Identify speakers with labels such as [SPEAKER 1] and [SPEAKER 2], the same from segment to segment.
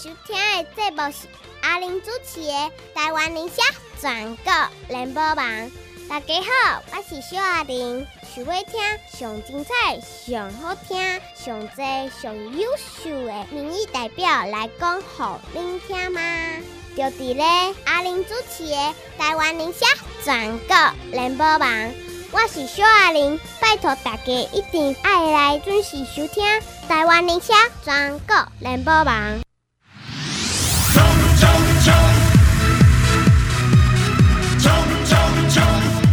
[SPEAKER 1] 收听的节目是阿玲主持的《台湾人社全国联播网》。大家好，我是小阿玲，想要听上精彩、上好听、上多、上优秀的民意代表来讲，给您听吗？就伫咧阿玲主持的《台湾人社全国联播网》。我是小阿玲，拜托大家一定要来准时收听台湾人社全国联播网。
[SPEAKER 2] 冲冲冲！冲冲冲！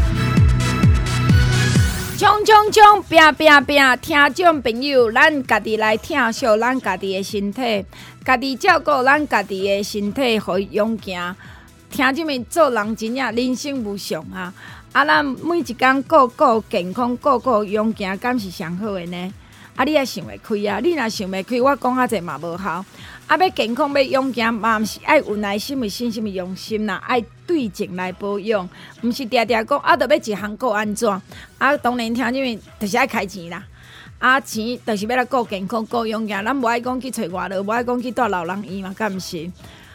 [SPEAKER 3] 冲冲冲！拼拼拼！听众朋友，咱家己来疼惜咱家己的身体，家己照顾咱家己的身体，互伊勇行。听这面做人真正人生无常啊！咱每一天顾健康，顾勇行，敢是上好的呢？你也想会开啊！你若想袂开，我讲较济嘛无效。要健康，要勇行，嘛毋是爱有耐心的心，什么用心啦？爱对症来保养，毋是定定讲着要一项顾安怎？当然听这面就是爱开钱啦。钱就是要来顾健康、顾勇行，咱无爱讲去找外劳，无爱讲去住老人院嘛，敢毋是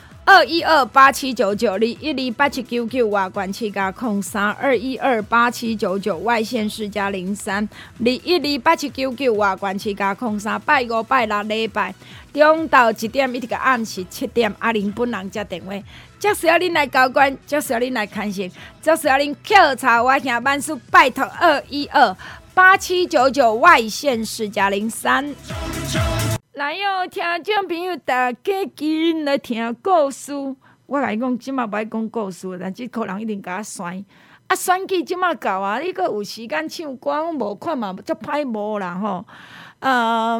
[SPEAKER 3] ？212879921287799外管7加03，2128799外县市加03，2128799外管7加03，拜五拜六礼拜中昼1点一直到暗时7点，阿玲本人接电话，只需要恁来交关，只需要恁来牵线，只需要恁扣查我兄万事，拜托2128799外县市加03。来哟，听众朋友，大家紧来听故事。我甲你讲，即马无爱讲故事，但即可能一定甲我选。选举即马到啊，你阁有时间唱歌，我无看嘛，足歹无啦吼。好，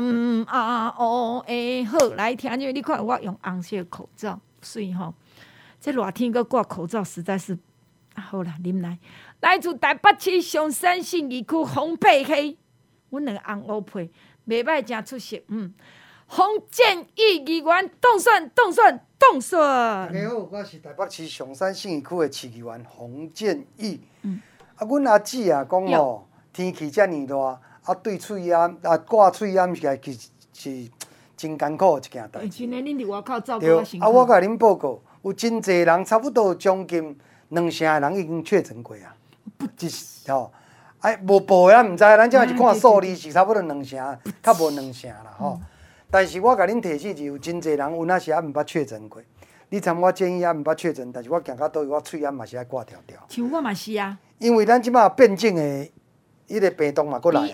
[SPEAKER 3] 来听就你看我用红色口罩，水吼。这热天阁挂口罩，实在是好啦，啉来。来自台北市上山信义区红配黑，阮两个红乌配，袂歹，真出色，洪建义议员当选。
[SPEAKER 4] 大家好，我是台北市上山信义区的市议员洪建义。阮阿姊啊讲吼，天气遮尔热，对喙炎挂喙炎是真艰苦一件代志。
[SPEAKER 3] 真诶，恁伫外口照顾
[SPEAKER 4] 对，
[SPEAKER 3] 辛苦。
[SPEAKER 4] 我甲恁报告，有真侪人，差不多将近2成的人已经确诊过啊。吼，无报的咱毋知，咱只是看数字是差不多2成，较无2成啦吼。但是我甲恁提醒是，有真侪人有那是毋捌确诊过。你参我建议毋捌确诊，但是我行到倒位，我喙炎嘛是爱挂条条。
[SPEAKER 3] 像我嘛是啊。
[SPEAKER 4] 因为咱即马变种的迄个病毒嘛，过来啊。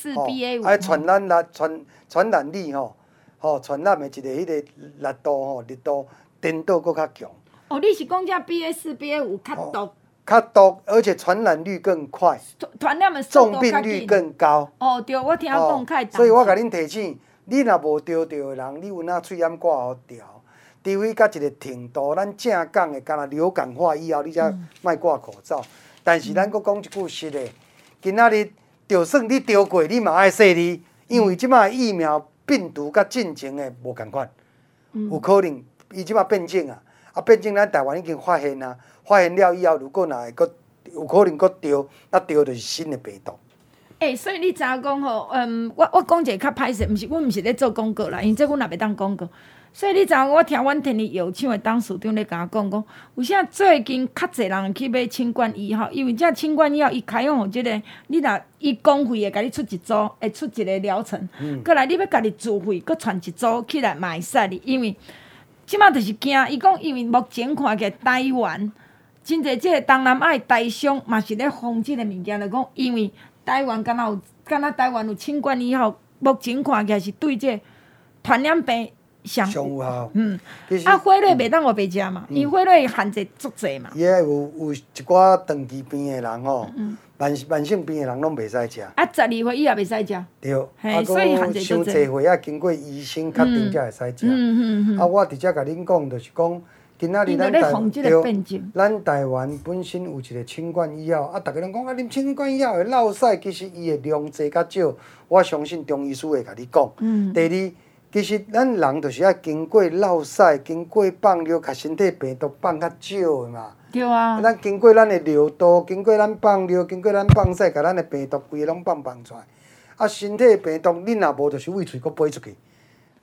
[SPEAKER 3] BA4、BA5。
[SPEAKER 4] 传染力传染的一个迄个力度颠倒搁较强。
[SPEAKER 3] 你是讲这 BA4、BA5 较毒？
[SPEAKER 4] 较毒，而且传染率更快，
[SPEAKER 3] 传染的
[SPEAKER 4] 重病率更高。
[SPEAKER 3] 对，我听讲较。
[SPEAKER 4] 所以我甲恁提醒。你若无着着的人，你有哪喙炎挂好调，除非到一个程度，咱正讲的，敢若流感化以后，你才莫挂口罩。但是咱搁讲一句实的，今仔日就算你着过，你嘛爱细腻，因为即马疫苗病毒甲进前的无共款，有可能伊即马变种啊，变种咱台湾已经发现啊，发现了以后，如果若会搁有可能搁着，那着就是新的病毒。
[SPEAKER 3] 所以你知影讲吼，我讲一个较歹势，阮毋是咧做广告啦，因为这阮也袂当广告。所以你知影，我听阮天理药厂的董事长咧甲我讲，有啥最近较侪人去买清冠一号，因为这清冠一号伊开放互即个，你若伊公费会甲你出一组，会出一个疗程，过来你要家己自费，搁传一组起来嘛会使哩。因为即马就是惊，伊讲因为目前看起来台湾真侪即个东南亚的台商嘛是咧封即个物件，就讲因为。台湾敢若台湾有清冠以后，目前看起来是对这传染病上
[SPEAKER 4] 有效。
[SPEAKER 3] 火类袂当互白食嘛，因为火类限制足济嘛。
[SPEAKER 4] 伊有一寡长期病的人吼，慢性病的人拢袂使食。
[SPEAKER 3] 12岁以后袂使食。
[SPEAKER 4] 对，
[SPEAKER 3] 所以限制足济。
[SPEAKER 4] 伤侪岁啊，经过医生确定才会使食。我直接甲恁讲，就是讲。今仔日咱台湾本身有一个清冠一号，大家拢讲啉清冠一号会落屎，其实伊的量侪较少，我相信中医师会甲你讲。第二，其实咱人就是要经过落屎，经过放尿，甲身体病毒放较少的嘛。
[SPEAKER 3] 对啊。
[SPEAKER 4] 咱经过咱的尿道，经过咱放尿，经过咱放屎，甲咱的病毒规个拢放出来。身体的病毒恁若无，就是胃喙搁飞出去。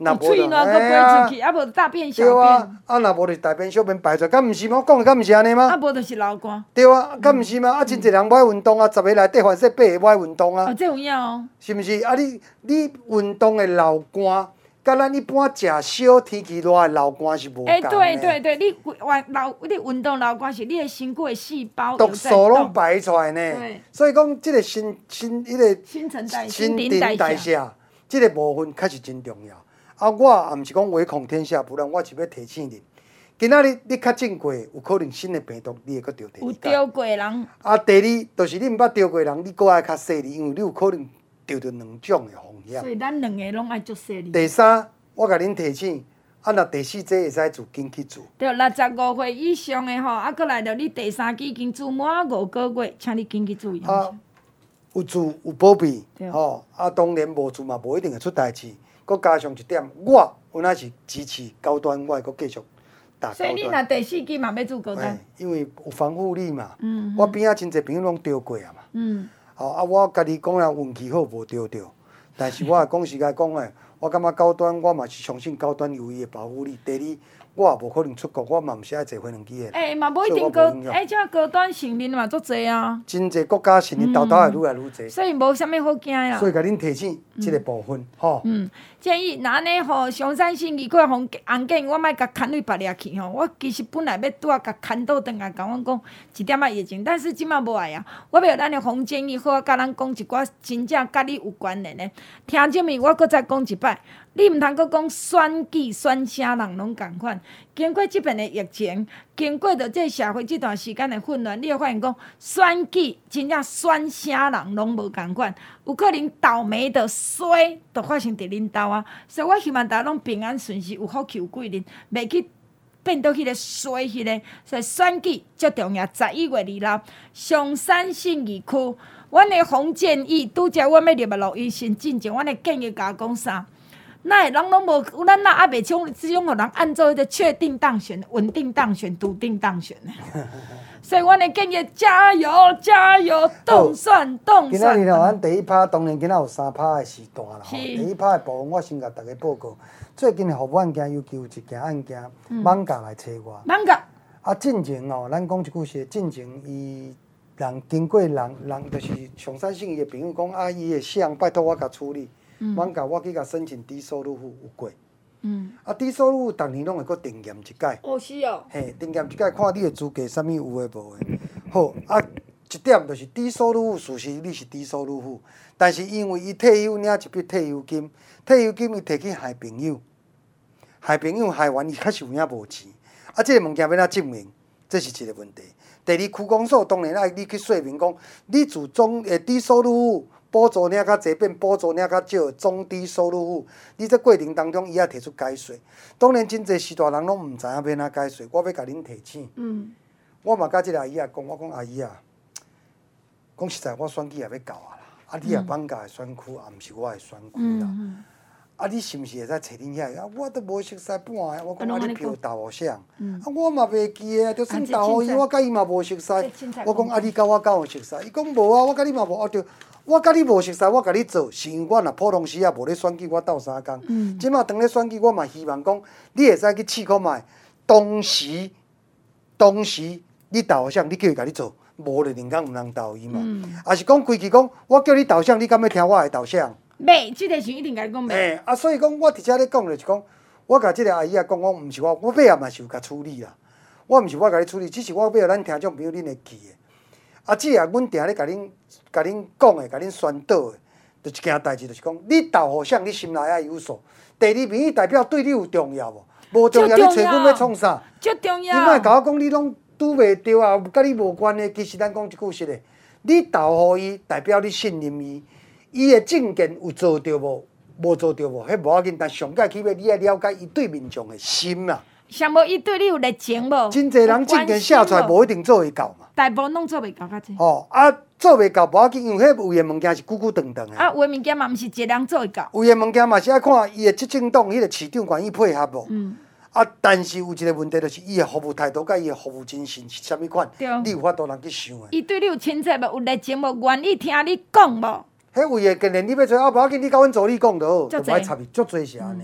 [SPEAKER 4] 若无就
[SPEAKER 3] 喙暖佫飞出去，啊无大便小便，
[SPEAKER 4] 对啊，啊若无就大便小便排出来，敢毋是吗？我讲的敢毋是安尼吗？
[SPEAKER 3] 啊无就是流汗。
[SPEAKER 4] 对啊，敢毋是吗？啊，真侪人无爱运动啊，10个内底凡说8个无爱运动啊，
[SPEAKER 3] 哦，这有影哦。
[SPEAKER 4] 是毋是？啊，你运动的流汗，甲咱一般食烧天气热的流汗是无共的。
[SPEAKER 3] 对，你运动流汗是你的身躯的细胞
[SPEAKER 4] 毒素拢排出来呢
[SPEAKER 3] 对。
[SPEAKER 4] 所以讲，即个迄个
[SPEAKER 3] 新陈代谢、
[SPEAKER 4] 新陈代谢，即个部分确实真重要。啊，我也毋是讲唯恐天下不乱，我是要提醒你，今仔日你确诊过，有可能新的病毒你会佫着第二届。
[SPEAKER 3] 有中过人。
[SPEAKER 4] 啊，第二就是你毋捌中过人，你佫爱较细腻，因为你有可能着两种的风险。
[SPEAKER 3] 所以咱两个拢爱足细腻。
[SPEAKER 4] 第三，我甲恁提醒，啊，若第四剂会使做，紧去做。
[SPEAKER 3] 对，65岁以上的吼，啊，佫来着你第三剂已经做满5个月，请你紧去注意。
[SPEAKER 4] 啊，有做有保庇
[SPEAKER 3] 对，
[SPEAKER 4] 吼，啊，当然无做嘛，无一定会出代志。佮加上一点，我有哪是支持高端，我会佮继续打高
[SPEAKER 3] 所以你若
[SPEAKER 4] 端。
[SPEAKER 3] 第4剂嘛要做高端。
[SPEAKER 4] 因为有防护力嘛。
[SPEAKER 3] 嗯
[SPEAKER 4] 我边仔真侪朋友拢中过啊嘛。
[SPEAKER 3] 嗯。
[SPEAKER 4] 吼啊，我家己讲啦，运气好无中着，但是我讲实在讲诶，我感觉高端，我嘛是相信高端有伊诶保护力。第二，我也无可能出国，我嘛毋是爱坐飞两机诶。
[SPEAKER 3] 嘛无一定高，即高端成人嘛足济啊。
[SPEAKER 4] 真侪国家成日豆豆会愈来愈侪。
[SPEAKER 3] 所以无啥物好惊啦。
[SPEAKER 4] 所以甲恁提醒即个部分，吼。
[SPEAKER 3] 建议若安尼吼，上山新义区红案件，我莫甲牵去别掠去吼。我其实本来要拄啊甲牵倒转来，甲阮讲一点仔疫情，但是即摆无爱啊。我要咱的洪建议，好甲咱讲一寡真正甲你有关联的。听即物，我搁再讲一摆，你毋通搁讲选举选啥人拢共款。经过即边的疫情，经过着这社会即段时间的混乱，你会发现讲选举真正选啥人拢无共款，有可能倒霉的衰就发生伫恁兜啊。所以我希望大家拢平安顺遂，有福气有贵人，袂去变到迄个衰迄个。所以选举足重要，11月2日，上山信义区，阮的洪建议，拄则阮要入来录音室进前，阮的建议甲讲啥？那人拢无，咱那还袂像只种互人按照迄个确定当选、稳定当选、笃定当选的。所以，阮的建议加油加油，动算动
[SPEAKER 4] 今仔日
[SPEAKER 3] 算。
[SPEAKER 4] 吼，咱第一趴当然今仔有3趴的时段啦。吼，
[SPEAKER 3] 是
[SPEAKER 4] 第一趴的部分，我先甲大家报告，最近的服务案件，尤其有一件案件，网咖来找我。
[SPEAKER 3] 网咖。
[SPEAKER 4] 啊，进前吼，咱讲一句实，进前伊人经过人就是上山信义的朋友讲，啊，伊的项拜托我甲处理，网咖我去甲申请低收入户有过。啊，低收入户逐年拢会搁定验一届。
[SPEAKER 3] 哦，是哦。
[SPEAKER 4] 嘿，定验一届，看你的资格啥物有诶无诶。好，啊，一点就是低收入户，事实你是低收入户，但是因为伊退休领一笔退休金，退休金伊摕去害朋友，害朋友害完伊确实有影无钱。啊，即个物件要哪证明？这是一个问题。第二，区公所当然爱你去说明讲，你自低收入户补助领较济，变补助领较少，中低收入户，你这过程当中伊也提出解说。当然，真侪时大人拢毋知影要哪解说，我要甲恁提醒。我嘛甲即个阿姨啊讲，我讲阿姨啊，讲实在，我选举也要到啊啦。啊，你也放假的选区，也毋是我的选区啦。啊，你是毋是会使找恁遐个？啊，我都无熟悉半个。我讲啊，你票投互啥？啊，我嘛袂记啊，就算投互伊，我甲伊嘛无熟悉。我讲啊，你甲我敢有熟悉？伊讲无啊，我甲你嘛无。哦对，我甲你无熟悉，我甲你做，是因为我若普通时啊无咧选举，我斗3工。即马当咧选举，我嘛希望讲，你会使去试看觅，当时你投啥，你叫伊甲你做，无就人讲毋通投伊嘛。啊是讲规矩讲，我叫你投啥，你敢要听我的投啥？
[SPEAKER 3] 袂，即个是一定甲你讲袂。
[SPEAKER 4] 啊，所以讲我伫遮咧讲就是讲，我甲即个阿姨啊讲，我毋是我尾仔嘛是有甲处理啦。我毋是我甲你处理，只是我要咱听众朋友恁会记的。啊，只啊，阮定咧甲恁讲的，甲恁宣导的，就一件代志，就是讲，你投互啥，你心内爱有数。第二名，伊代表对你有重要无？无重要，你找阮要创啥？
[SPEAKER 3] 足重要。
[SPEAKER 4] 你莫甲我讲，你拢拄袂着啊，甲你无关的。其实咱讲一句实的，你投互伊，代表你信任伊。伊的证件有做着无？无做着无？迄无要紧，但上界起码你爱了解伊对民众的心啦。
[SPEAKER 3] 上无伊对你有热情无？
[SPEAKER 4] 真侪人证件写出来，无一定做会到嘛。
[SPEAKER 3] 大部分拢做袂到较济。
[SPEAKER 4] 哦，啊，做袂到无要紧，因为迄有诶物件是久久长长诶。
[SPEAKER 3] 啊，有诶物件嘛，毋是一个人做会到。
[SPEAKER 4] 有诶物件嘛是爱看伊诶执政党迄个市长愿意配合无。啊，但是有一个问题，就是伊诶服务态度甲伊诶服务精神是啥物款？你有法度通去想诶。
[SPEAKER 3] 伊对你有亲切无？有热情无？愿意听你讲无？
[SPEAKER 4] 迄位诶，今年你要做啊，无要紧，你甲阮助理讲就好，就莫插伊，足侪是安尼。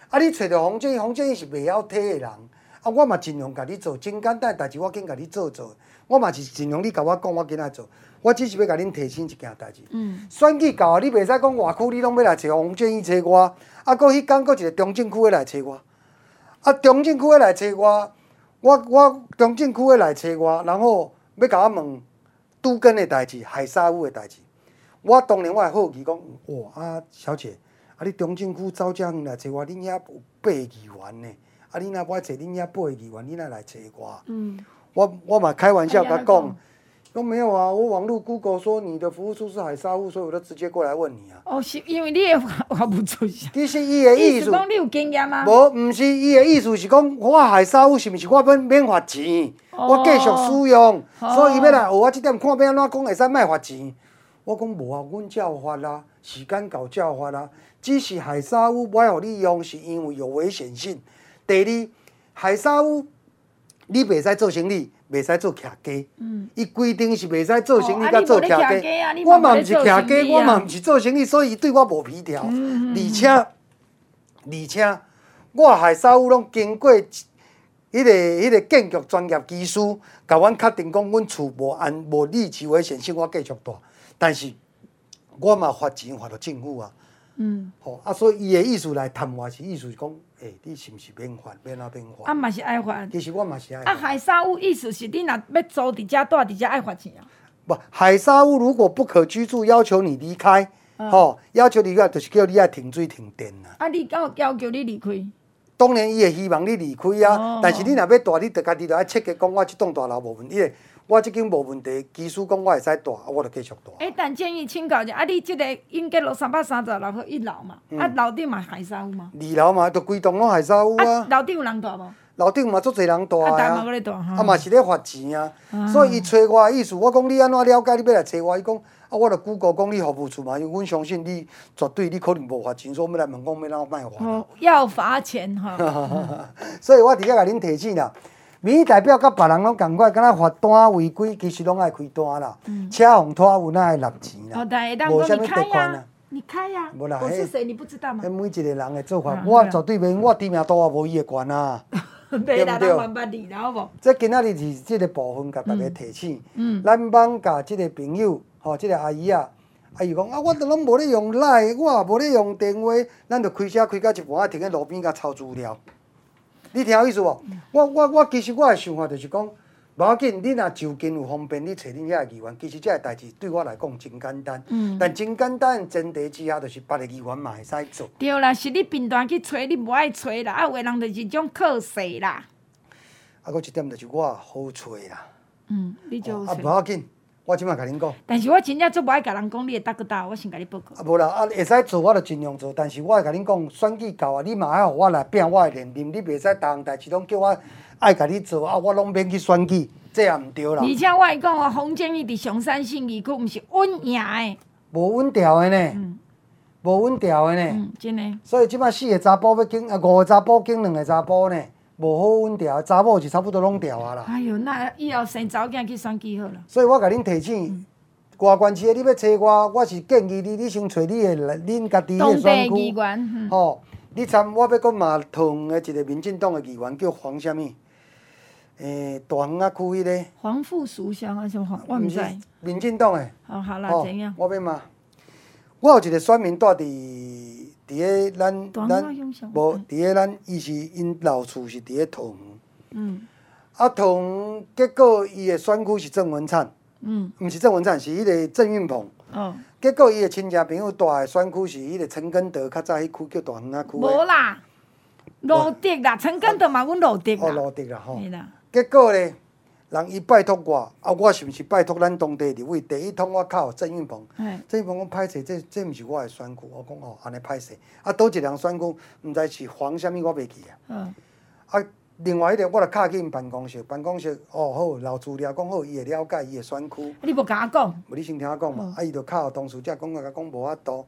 [SPEAKER 4] 啊，你找着洪建义，洪建义是袂晓体的人，啊，我嘛尽量甲你做，真简单的代志，我紧甲你做。我嘛是尽量你甲我讲，我紧来做。我只是要甲恁提醒一件代志。选举到啊，你袂使讲外区你拢要来找洪建义找我，啊，搁迄天搁一个中正区的来找我，啊，中正区的来找我中正区的来找我，然后要甲我问拄根的代志，海沙屋的代志。我当然我会好奇讲，哇，啊，小姐，啊，你中正区走遮远来找我，恁遐有8个议员呢，啊，你若我找恁遐8个议员，你若来找我？我嘛开玩笑甲讲。都没有啊！我网络 Google 说你的服务处是海沙屋，所以我就直接过来问你啊。
[SPEAKER 3] 哦，是因为你的话务出啥？
[SPEAKER 4] 其实伊的意思，
[SPEAKER 3] 讲你有经验吗？
[SPEAKER 4] 无，毋是伊的意思是讲，我海沙屋是毋是我免罚钱，我继续使用，所以伊要来学我这点，看要安怎讲会使卖罚钱。我讲无啊，阮照发啦，时间到照发啦。只是海沙屋我互你用，是因为有危险性。第二，海沙屋你袂使做生意。袂使做徛家，伊规定是袂使做生意，甲做徛家。我嘛毋是徛家，我嘛毋是做生意，所以伊对我无皮条。而且，我海沙屋拢经过迄个建筑专业技师，甲阮确定讲，阮厝无立即危险性，我继续住。但是，我嘛罚钱罚到政府啊。吼啊，所以伊的意思来谈话是意思是讲，你是毋是免罚，免哪免罚？
[SPEAKER 3] 啊，嘛是爱罚。
[SPEAKER 4] 其实我嘛是爱。
[SPEAKER 3] 啊，海沙屋意思是你若要租伫遮住伫遮爱罚钱啊？
[SPEAKER 4] 不，海沙屋如果不可居住，要求你离开，要求你离开，就是叫你爱停水停电啦。
[SPEAKER 3] 啊，你敢有要求你离开？
[SPEAKER 4] 当然，伊会希望你离开啊。但是你若要住，你家己就爱切个讲，我即栋大楼无问题。我即间无问题，技师讲我会使住，我就继续住。
[SPEAKER 3] 但建议请教一下，你即个应该落336号1楼嘛？楼顶嘛海沙屋吗
[SPEAKER 4] ？2楼嘛，就规栋拢海沙屋啊。
[SPEAKER 3] 楼顶有人住无？
[SPEAKER 4] 楼顶嘛，足侪人住
[SPEAKER 3] 啊。
[SPEAKER 4] 嘛是咧罚钱啊。所以伊找我的意思，我讲你安怎了解？你要来找我？伊讲我就 Google 讲你服务处嘛，因为阮相信你绝对你可能无罚钱，所以要来问讲要哪卖罚。
[SPEAKER 3] 要罚钱哈。
[SPEAKER 4] 所以我伫遐甲恁提醒啦。民意代表甲别人拢共款，敢若罚单违规，其实拢爱开单啦。车互拖有哪会纳钱啦？无啥物罚款啊。
[SPEAKER 3] 你开呀！
[SPEAKER 4] 无啦，
[SPEAKER 3] 我是谁你不知道吗？
[SPEAKER 4] 每一个人的做法，我绝对袂，我知名度也无伊的悬啊。
[SPEAKER 3] 对不对？好无？
[SPEAKER 4] 这今仔日是即个部分，甲大家提醒。咱茫甲即个朋友，即个阿姨啊，阿姨讲我都拢无咧用Line，我也无咧用电话，咱就开车开到一半，停喺路边甲抄资料。你听有意思无？我其实我的想法就是讲，无要紧，你若就近有方便，你找恁遐议员，其实这个代志对我来讲真简单。但真简单的前提之下，就是别个议员嘛会使做。
[SPEAKER 3] 对啦，是你频段去找，你无爱找啦，啊，有的人就是种靠势啦。
[SPEAKER 4] 啊，搁一点就是我好找啦。
[SPEAKER 3] 你就
[SPEAKER 4] 无要紧，我即摆甲恁讲。
[SPEAKER 3] 但是我真正足无爱甲人讲你会搭个搭，我先甲你报告。
[SPEAKER 4] 无啦，会使做我就尽量做，但是我会甲恁讲，选举到啊，你嘛爱互我来拼我的连任，你袂使逐项代志拢叫我爱甲你做啊，我拢免去选举，这也毋对啦。
[SPEAKER 3] 而且我会讲哦，洪建义伫上山信义区毋是稳赢的，
[SPEAKER 4] 无稳调的呢，无稳调的呢。
[SPEAKER 3] 真诶。
[SPEAKER 4] 所以即摆4个查甫要经5个查甫经2个查甫呢，无好稳调，查某是差不多拢调啊啦。
[SPEAKER 3] 哎哟，那以后生查某囝去选举好了。
[SPEAKER 4] 所以我甲恁提醒。外县市的你要找我，我是建议你先找你的恁家己的选区。吼，你参我要讲嘛，桃园的一个民进党的议员叫黄什么？大园仔区迄个。
[SPEAKER 3] 黄富淑乡啊，什么黄？我毋知。
[SPEAKER 4] 民进党的。
[SPEAKER 3] 好啦，怎样？
[SPEAKER 4] 我要骂。我有一个选民住伫咧咱无伫咧咱，伊是因老厝是伫咧桃园。啊，桃园结果伊的选区是郑文灿。毋是郑文灿，是迄个郑运鹏。结果伊的亲戚朋友住的选区是迄个陈根德，较早迄区叫大园仔区。
[SPEAKER 3] 无啦，路德啦，陈根德嘛，阮路德啦。
[SPEAKER 4] 路德啦吼。结果咧，人伊拜托我，我是毋是拜托咱当地立委？第一通我靠郑运鹏。郑运鹏讲歹势，这毋是我的选区。我讲安尼歹势。倒一人选区，毋知是黄啥物，我袂记啊。另外迄个，我就敲去因办公室，好留资料，讲好伊会了解伊的选区。
[SPEAKER 3] 你无甲我讲？
[SPEAKER 4] 无你先听我讲嘛，伊就敲同事，才讲无法度。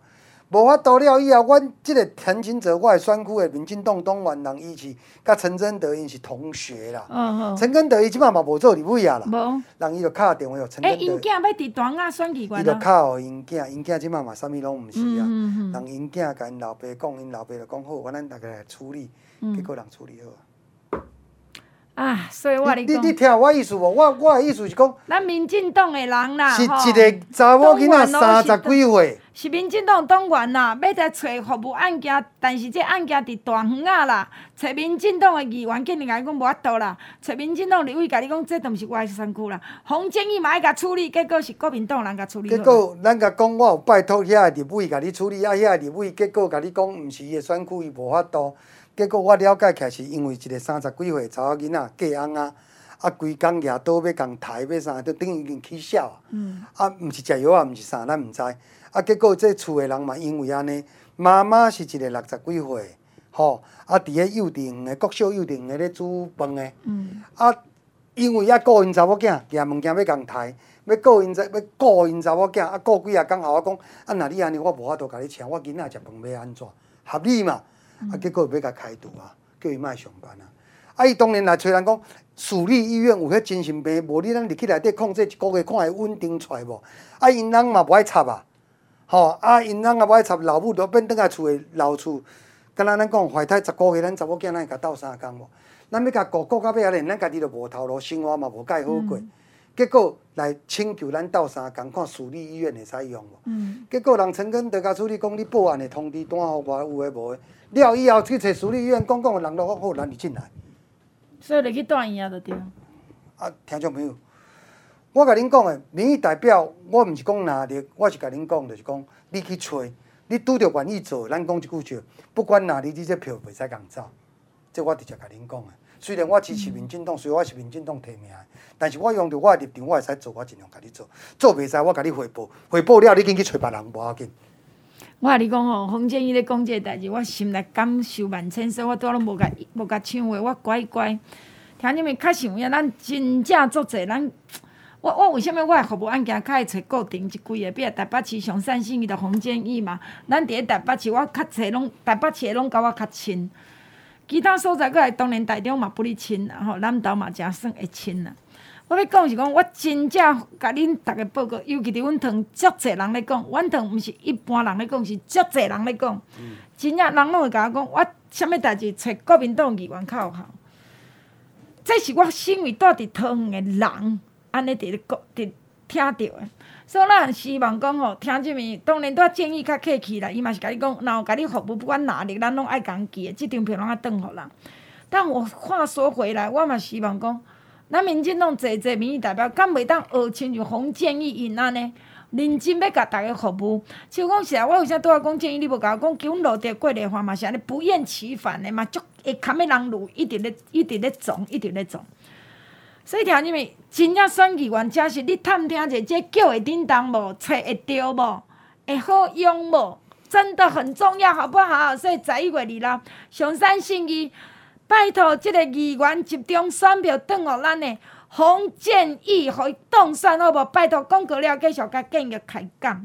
[SPEAKER 4] 无法度了以后，阮即个陈清泽，我的选区的民进党党员人，伊是甲陈真德因是同学啦。陈根德伊即摆嘛无做立委啊啦。
[SPEAKER 3] 无。
[SPEAKER 4] 人伊就敲电话，陈根德。
[SPEAKER 3] 因囝要伫大雅选议员啊。
[SPEAKER 4] 伊就敲互因囝，因囝即摆嘛啥物拢毋是啊。人因囝甲因老爸讲，因老爸就讲好，我咱大家来处理，结果人处理好。
[SPEAKER 3] 啊，所以我你讲，
[SPEAKER 4] 你听我意思无？我的意思是讲，
[SPEAKER 3] 咱民进党的人啦，
[SPEAKER 4] 是一个查某囡仔30几岁，
[SPEAKER 3] 是民进党党员啦，要来找服务案件，但是这案件伫大园啊啦，找民进党的议员，竟然甲伊讲无法度啦，找民进党立委甲你讲，这都毋是我的选区啦，洪建义嘛爱甲处理，结果是国民党人甲处理。
[SPEAKER 4] 结果咱甲讲，我有拜托遐个立委甲你处理，遐个立委结果甲你讲，毋是伊的选区，伊无法度。结果我了解起来是因为一个30几岁查某囡仔嫁翁啊，规工举刀要共刣要啥，都等于已经起笑啊。毋是食药啊，毋是啥，咱毋知。结果这厝的人嘛，因为安尼，妈妈是一个60几岁，伫咧幼稚园的国小幼稚园咧煮饭的。因为顾因查某囝，举物件要共刣，要顾因查某囝，顾几啊工后我讲，若你安尼，我无法度甲你请，我囡仔食饭要安怎？合理嘛？结果要甲开除啊，叫伊莫上班啊。伊当然来找人讲，私立医院有迄精神病，无你咱入去内底控制一个月，看会稳定出来无？因人嘛无爱插啊，因人也无爱插，老母就变倒来厝的老厝，敢若咱讲怀胎10个月，咱查某囝咱会甲斗相共无？咱要甲顾到尾啊咧，咱家己就无头路，生活嘛无介好过。结果来请求咱斗相共，看私立医院会使用无？结果人陈根德甲处理讲，你报案的通知单互我，有诶无诶？了以后去找私立医院，讲的人都讲好，咱就进来。
[SPEAKER 3] 所以就去住院啊，就对。
[SPEAKER 4] 听众朋友，我甲恁讲诶，民意代表，我毋是讲哪力，我是甲恁讲，就是讲你去找，你拄着愿意做，咱讲一句笑，不管哪里，你这票袂使共走。这我直接甲恁讲诶。虽然我支持民进党，虽然我是民进党提名诶，但是我用着我的立场，我会使做，我尽量甲你做。做袂使，我甲你汇报，汇报了，你紧去找别人，无要紧。
[SPEAKER 3] 我甲你讲吼，洪建义咧讲这个代志，我心内感受万千，所以我拄拢无甲抢话，我乖乖。听你们较想影，咱真正足济，我为什么我的服务案件较会找固定一几个？比如台北市上善信伊的洪建义嘛，咱伫咧台北市，我较找拢台北市的拢甲我较亲。其他所在，当然台中嘛不哩亲啦，南投嘛真算会亲啦。我要讲是讲，我真正甲恁逐个报告，尤其伫阮堂足济人咧讲，阮堂毋是一般人咧讲，是足济人咧讲。真正人拢会甲我讲，我啥物代志找国民党议员较有效。这是我身为住伫桃园的人，安尼伫听到的。所以咱希望讲吼，听即面，当然拄建议较客气啦，伊嘛是甲你讲，若有甲你服务，不管哪里，咱拢爱共记的，即张票拢爱转互人。但我话说回来，我嘛希望讲。咱民进党济民意代表，敢袂当学亲像洪建义因安尼，认真要甲大家服务。像讲实在，我为啥拄仔讲建议你无甲我讲，阮路地过日花嘛是安尼不厌其烦的嘛，足会坎的人路一直咧撞。所以听你们真正选议员，真是你探听者，这叫会叮当无，找会着无，会好用无，真的很重要，好不好？所以11月2日，上山信义。拜托，即个议员集中选票转互咱的洪建义，互伊当选好无？拜托，广告了，继续甲建议开讲。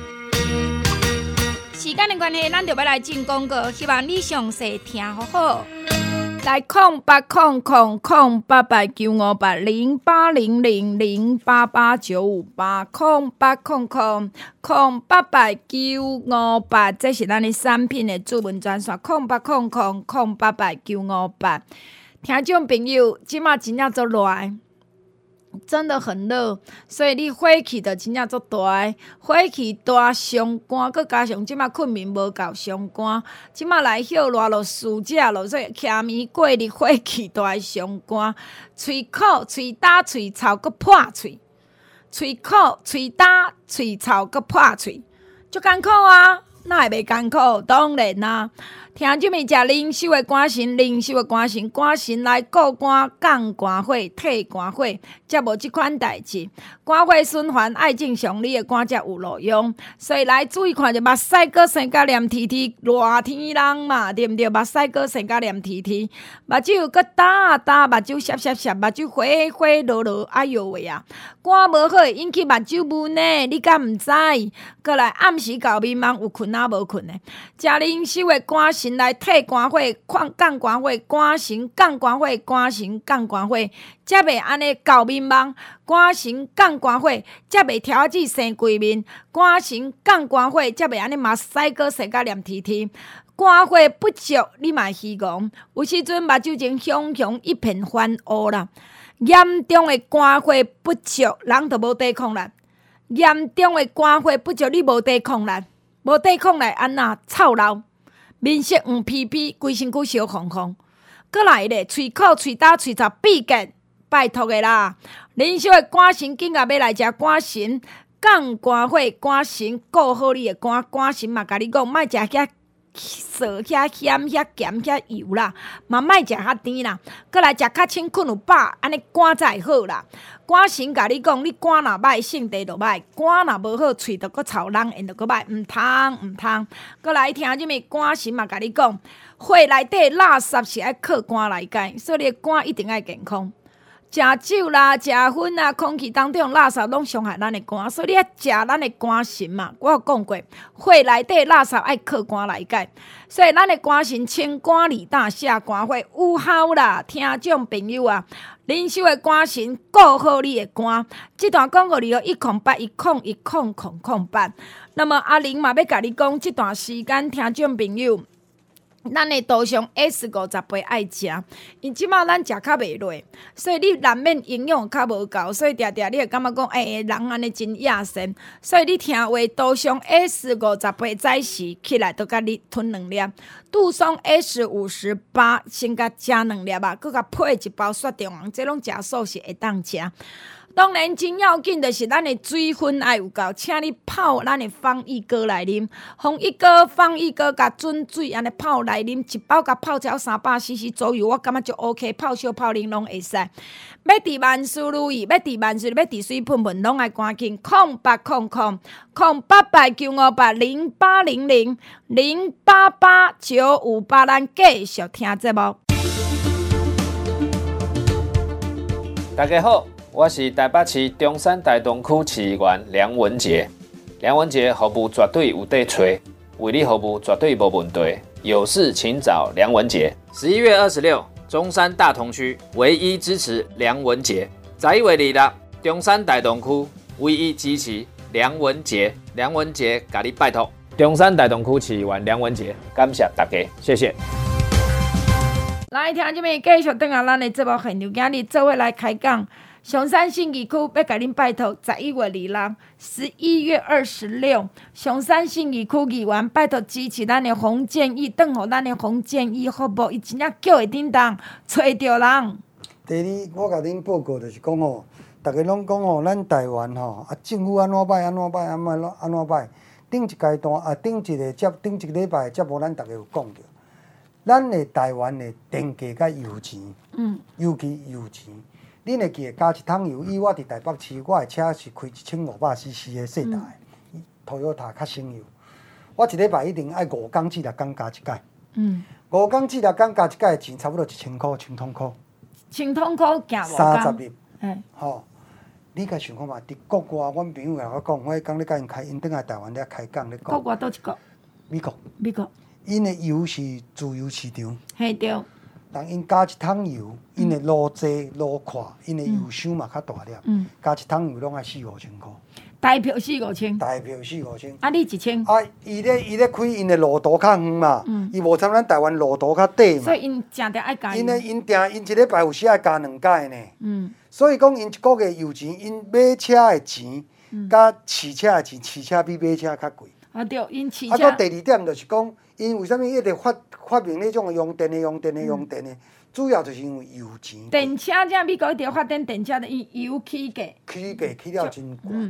[SPEAKER 3] 时间的关系，咱就要来进广告，希望你详细听好好。来0800-958-088958，0800-958，这是咱的产品的主文专线0800-958。听众朋友，即马真正足热，真的很热，所以你火气就真正足大，火气大伤寒，佮加上即马困眠无够伤寒，即马来歇热落暑假落，所以徛眠过日火气大伤寒，喙苦、喙焦、喙臭佮破喙，喙苦、喙焦、喙臭佮破喙，足艰苦啊！哪会袂艰苦？当然啦， 听即物食灵修的歌神，灵修的歌神，歌神来过歌、降歌火、退歌火，才无即款代志。歌火循环爱正常，你的歌才有路用。所以来注意看者，目屎搁生甲黏贴贴，热天人嘛，对毋对？目屎搁生甲黏贴贴，目睭搁打打，目睭涩涩涩，目睭花花落落，哎哟喂啊！歌无好会引起目睭闷呢，你敢毋知？搁来暗时搞迷茫，有困啊无困的。食灵修的歌神来退歌火、降歌火，歌神降歌火，歌神降歌火，才袂安尼搞迷茫。歌神降歌火，才袂挑子生规面。歌神降歌火，才袂安尼目屎搁生甲黏贴贴。歌火不足，你嘛虚戆。有时阵目睭前熊熊一片翻乌啦。严重的歌火不足，人就无抵抗力。严重的歌火不足，你无抵抗力，无抵抗力安那臭老，面色黄皮皮，规身躯烧红红。搁来咧，喙口、喙焦、喙槽闭结，拜托的啦！灵修的歌神紧甲要来食歌神，降歌火，歌神顾好你的歌，歌神嘛甲你讲，莫食遐sau遐咸遐咸遐油啦，嘛莫食遐甜啦，搁来食较清困有饱，安尼肝才会好啦。肝神甲你讲，你肝若歹，性地就歹；肝若无好，喙就搁臭，人缘就搁歹，毋通。搁来听即物肝神嘛甲你讲，血内底垃圾是爱靠肝来解，所以你的肝一定爱健康。食酒啦、食薰啦，空气当中垃圾拢伤害咱的肝，所以你爱食咱的肝神嘛。我有讲过，血内底垃圾爱靠肝来解，所以咱的肝神清肝利胆、下肝火有效啦。听众朋友啊，灵修的肝神顾好你的肝。这段广告里108101008。那么阿玲嘛要甲你讲，这段时间听众朋友。咱的豆上 S50杯爱食，因即马咱食较袂落，所以你难免营养较无够，所以常常你会感觉讲，人安尼真野生。所以你听话，豆上 S50杯早时起来都甲你吞2粒，杜松 S58先甲食2粒啊，佮甲配一包雪中红，这拢食素是会当食。当然，真要紧就是咱的水分爱有够，请你泡咱的方益哥来啉，方益哥甲准水安尼泡来啉，一包甲泡超300cc 左右，我感觉就 OK， 泡烧泡啉拢会使。要伫万事如意，要伫水喷喷，拢爱赶紧080008000800088958，咱继续听节目。
[SPEAKER 5] 大家好。我是台北市中山大同区市议员梁文杰。梁文杰服务绝对有得找，为你服务绝对无问题。有事请找梁文杰。11月26，中山大同区唯一支持梁文杰。11月26，中山大同区唯一支持梁文杰。梁文杰，甲你拜托。中山大同区市议员梁文杰，感谢大家，谢谢。
[SPEAKER 3] 来听这边继续登下咱的节目现场，今日做伙来开讲。上山信义区要甲恁拜托，11月26、11月26，上山信义区议员拜托支持咱的洪建义，等候咱的洪建义服务，伊真正叫会叮当，找着人。
[SPEAKER 4] 第二，我甲恁报告就是讲吼，大家拢讲吼，咱台湾吼政府安怎歹，顶一阶段顶一个礼拜节目，咱大家有讲着，咱的台湾的电价甲油钱，尤其油钱。恁会记得加一桶油，以我伫台北市，我的车是开1500cc 的细台，Toyota 较省油。我一礼拜一定爱5工至6工加一届。5工至6工加一届的钱差不多1000块，清通块。清通块行5工。30日。吼，你甲想看嘛？伫国外，阮朋友甲我讲，我迄工咧甲因开，因倒来台湾咧开讲咧讲。国外倒一国？美国。因的油是自由市场。嘿对。但因加一桶油，因的路济路快，因的油箱嘛较大粒，加一桶油拢爱4-5千块。台票4-5千。台票4-5千。啊，你1000？啊，伊咧开因的路途较远嘛，伊无像咱台湾路途较短嘛。所以因定爱加。因一礼拜有时爱加2届呢。所以讲因一个月油钱，因买车的钱，甲饲车的钱，饲车比买车较贵。啊对，因饲车。啊，搁第二点就是讲。因为啥物一直发明迄种用电的，主要就是因为油钱。电车这美国一直发展电车的，因油起价。起了真悬，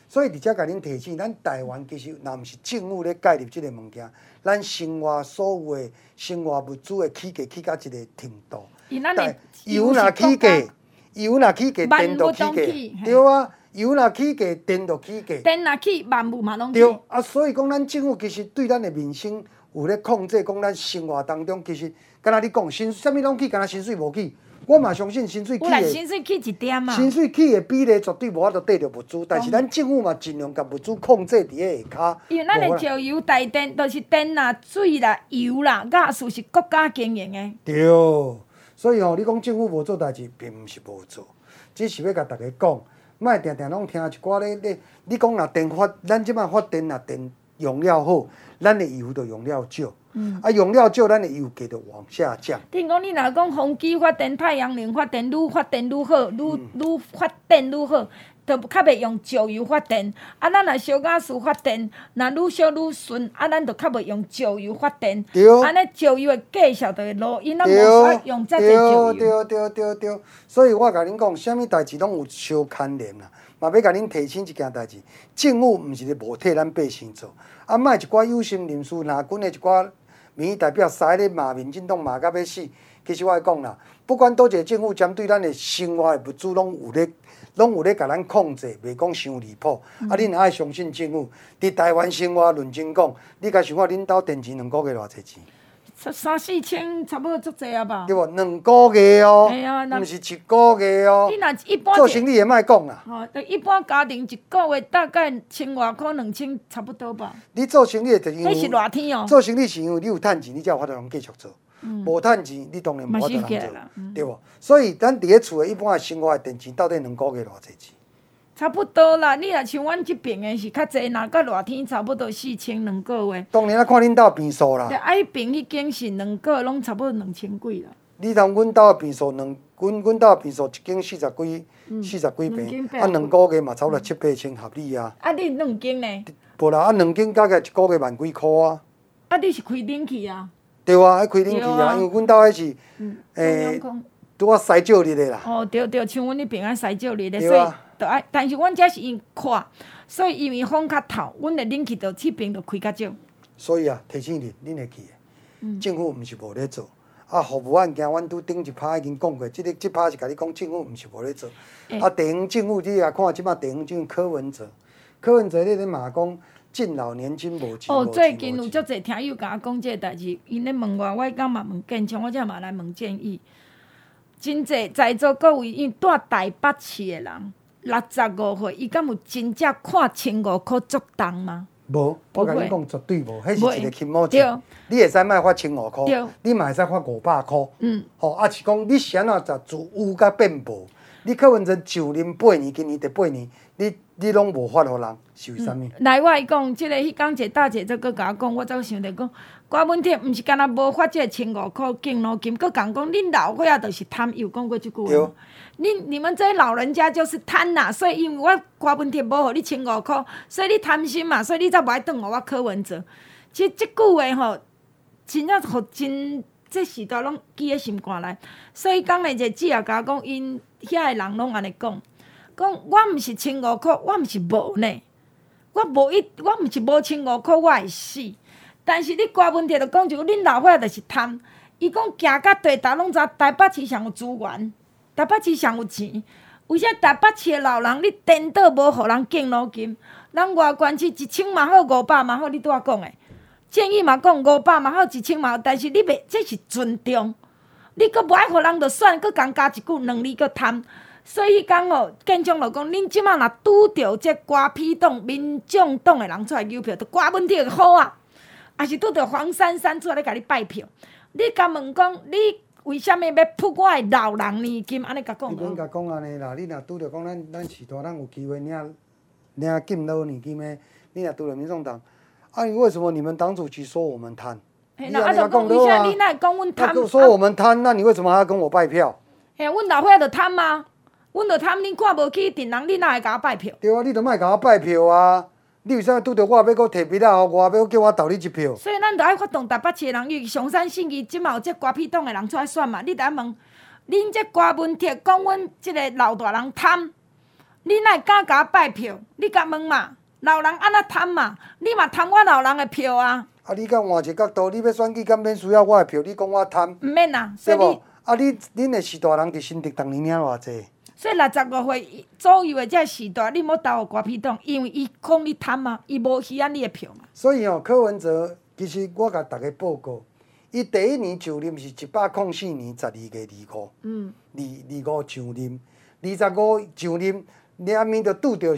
[SPEAKER 4] 所以伫遮甲恁提醒，咱台湾其实若毋是政府咧介入即个物件，咱生活所有的生活物资的起价起到一个程度。油若起价，电就起价，对啊，油若起价，电就起价。
[SPEAKER 3] 电若起，万物嘛拢起。
[SPEAKER 4] 对啊，所以讲咱政府其实对咱的民生有咧控制，讲咱生活当中其实，敢若你讲啥物拢起，敢若薪水无起。我嘛相信薪水起的，
[SPEAKER 3] 薪水起一点嘛。
[SPEAKER 4] 薪水起的比例绝对无法度得着物资，但是咱政府嘛尽量甲物资控制伫个下骹。
[SPEAKER 3] 因为咱的石油、台电都是电啦、水啦、油啦，雅士是国家经营的。
[SPEAKER 4] 对，所以你讲政府无做代志，并毋是无做，只是要甲大家讲，莫定定拢听一寡咧。你讲若电发，咱即摆发电若电用了好，咱的油就用了少。用了少，咱的油价就往下降。
[SPEAKER 3] 听讲你若讲风机发电、太阳能发电，愈发电愈好，愈发电愈好，就较袂用石油发电。咱若小雅士发电，若愈烧愈顺，咱就较袂用石油发电。安尼石油的价值就会落，因咱无需要用遮济石油。
[SPEAKER 4] 对。所以我甲恁讲，啥物代志拢有相牵连啦。嘛要甲恁提醒一件代志，政府毋是咧无替咱百姓做，莫一寡有心人士、拿军的一寡民意代表使咧骂民进党骂到要死。其实我会讲啦，不管倒一个政府针对咱的生活的物资，拢有咧甲咱控制，袂讲伤离谱。恁也爱相信政府。伫台湾生活认真讲，你甲想看恁兜电钱2个月偌济钱
[SPEAKER 3] ？3、4千，差不多足济啊吧？
[SPEAKER 4] 对无？2个月哦，毋是1个月哦。
[SPEAKER 3] 你若一般
[SPEAKER 4] 做生意也莫讲啦。
[SPEAKER 3] 一般家庭一个月大概1000外块、2000差不多吧。
[SPEAKER 4] 你做生意就是因为，
[SPEAKER 3] 迄是热天哦。
[SPEAKER 4] 做生意是因为你有趁钱，你才有法度通继续做。无趁钱，你当然无法度通做，对无？所以咱伫咧厝的一般的生活的电钱，到底2个月偌济钱？
[SPEAKER 3] 差不多啦，你若像阮即边的是较济，若到热天差不多4000，2个月。
[SPEAKER 4] 当然啊，看恁兜变数啦。
[SPEAKER 3] 迄边迄间是2个月，拢差不多2000几啦。
[SPEAKER 4] 你同阮兜的变数阮兜的变数一间40几平，2个月嘛差不多7、8千合理啊。
[SPEAKER 3] 你2间呢？
[SPEAKER 4] 无啦，2间加起来1个月万几箍啊。
[SPEAKER 3] 你是开冷气啊？
[SPEAKER 4] 对啊，爱开冷气啊，因为阮兜迄是拄啊西少日的啦。
[SPEAKER 3] 对，像阮迄边啊西少日的，所以。但是阮遮是因宽，所以因为风较透，阮的冷气就这边就开较少。所
[SPEAKER 4] 以啊，提醒恁会记的，政府毋是无咧做。服务案件，阮拄顶一趴已经讲过，即趴是甲你讲，政府毋是无咧做。地方政府你来看，即摆地方政府柯文哲咧骂讲敬老年金无钱。最近有足侪听友甲我讲即个代志，因咧问我敢嘛问建昌，我才嘛来问建议。真侪在座各位因住台北市的人。65岁，伊敢有真正看1500块足重吗？无，我甲你讲绝对无，迄是一个金毛钱。你会使莫发1500块，你嘛会使发500块。是讲你是安怎就自有甲变无？你柯文哲就任8年，今年第8年，你拢无发互人，是为甚物？来，我讲，迄工一个大姐则搁甲我讲，我则想着讲，郭文铁毋是干那无发即个1500块敬老金，搁讲恁老伙仔就是贪，有讲过即句话。你们这些老人家就是贪啦，所以因为我郭文铁无互你1500块，所以你贪心嘛，所以你才无爱转互我柯文哲。其实即句话吼，真正互真这时代拢记喺心肝内。所以讲咧，一个姊也甲我讲，因遐个人拢安尼讲，我毋是1500块，我毋是无呢，我毋是无1500块，我会死。但是你郭文铁就讲一句，恁老伙仔就是贪。伊讲行到地达拢知台北市上有资源。台北市上有钱，为啥台北市的老人你颠倒无互人敬老金？咱外县市1000嘛好，500嘛好，你拄仔讲的，建议嘛讲500嘛好，1000嘛好，但是你袂，这是尊重，你佫无爱互人就算，佫共加一句2字佫贪，所以讲哦，建昌就讲，恁即马若拄着这瓜批党、民众党的人出来邮票，就瓜问题好啊，也是拄着黄珊珊出来甲你拜票，你甲问讲你。为什么要扑我的老人年金？安尼甲讲。你免甲讲安尼啦，你若拄着讲咱时代，咱有机会领敬老年金的，你若拄着民众党，为什么你们党主席说我们贪？你安尼甲讲对啊？你哪会讲阮贪？他说我们贪，那你为什么还要跟我拜票？嘿，阮老伙仔就贪吗？阮就贪，恁看无起电人，你哪会甲我拜票？对啊，你就莫甲我拜票啊！你为啥拄着我要搁摕笔仔互我，要叫我投你一票？所以咱着爱发动台北市的人，因为上山信义即嘛有这瓜屁党的人出来选嘛，你着爱问，恁这郭文铁讲阮即个老大人贪，
[SPEAKER 3] 你哪会敢甲我拜票？你甲问嘛，老人安怎贪嘛？你嘛贪我老人的票啊？
[SPEAKER 4] 啊，你甲换一个角度，你要选举，敢免需要我的票？你讲我贪，
[SPEAKER 3] 毋免啦，所以你。
[SPEAKER 4] 对无？啊，恁的时大人伫新竹逐年领偌济？
[SPEAKER 3] 所以65岁左右的这时代，你莫投国民党，因为伊讲你贪嘛，伊无稀罕你的票嘛。
[SPEAKER 4] 所以柯文哲其实我甲大家报告，伊第一年就任是104年12月25，上任，25上任，连面就拄着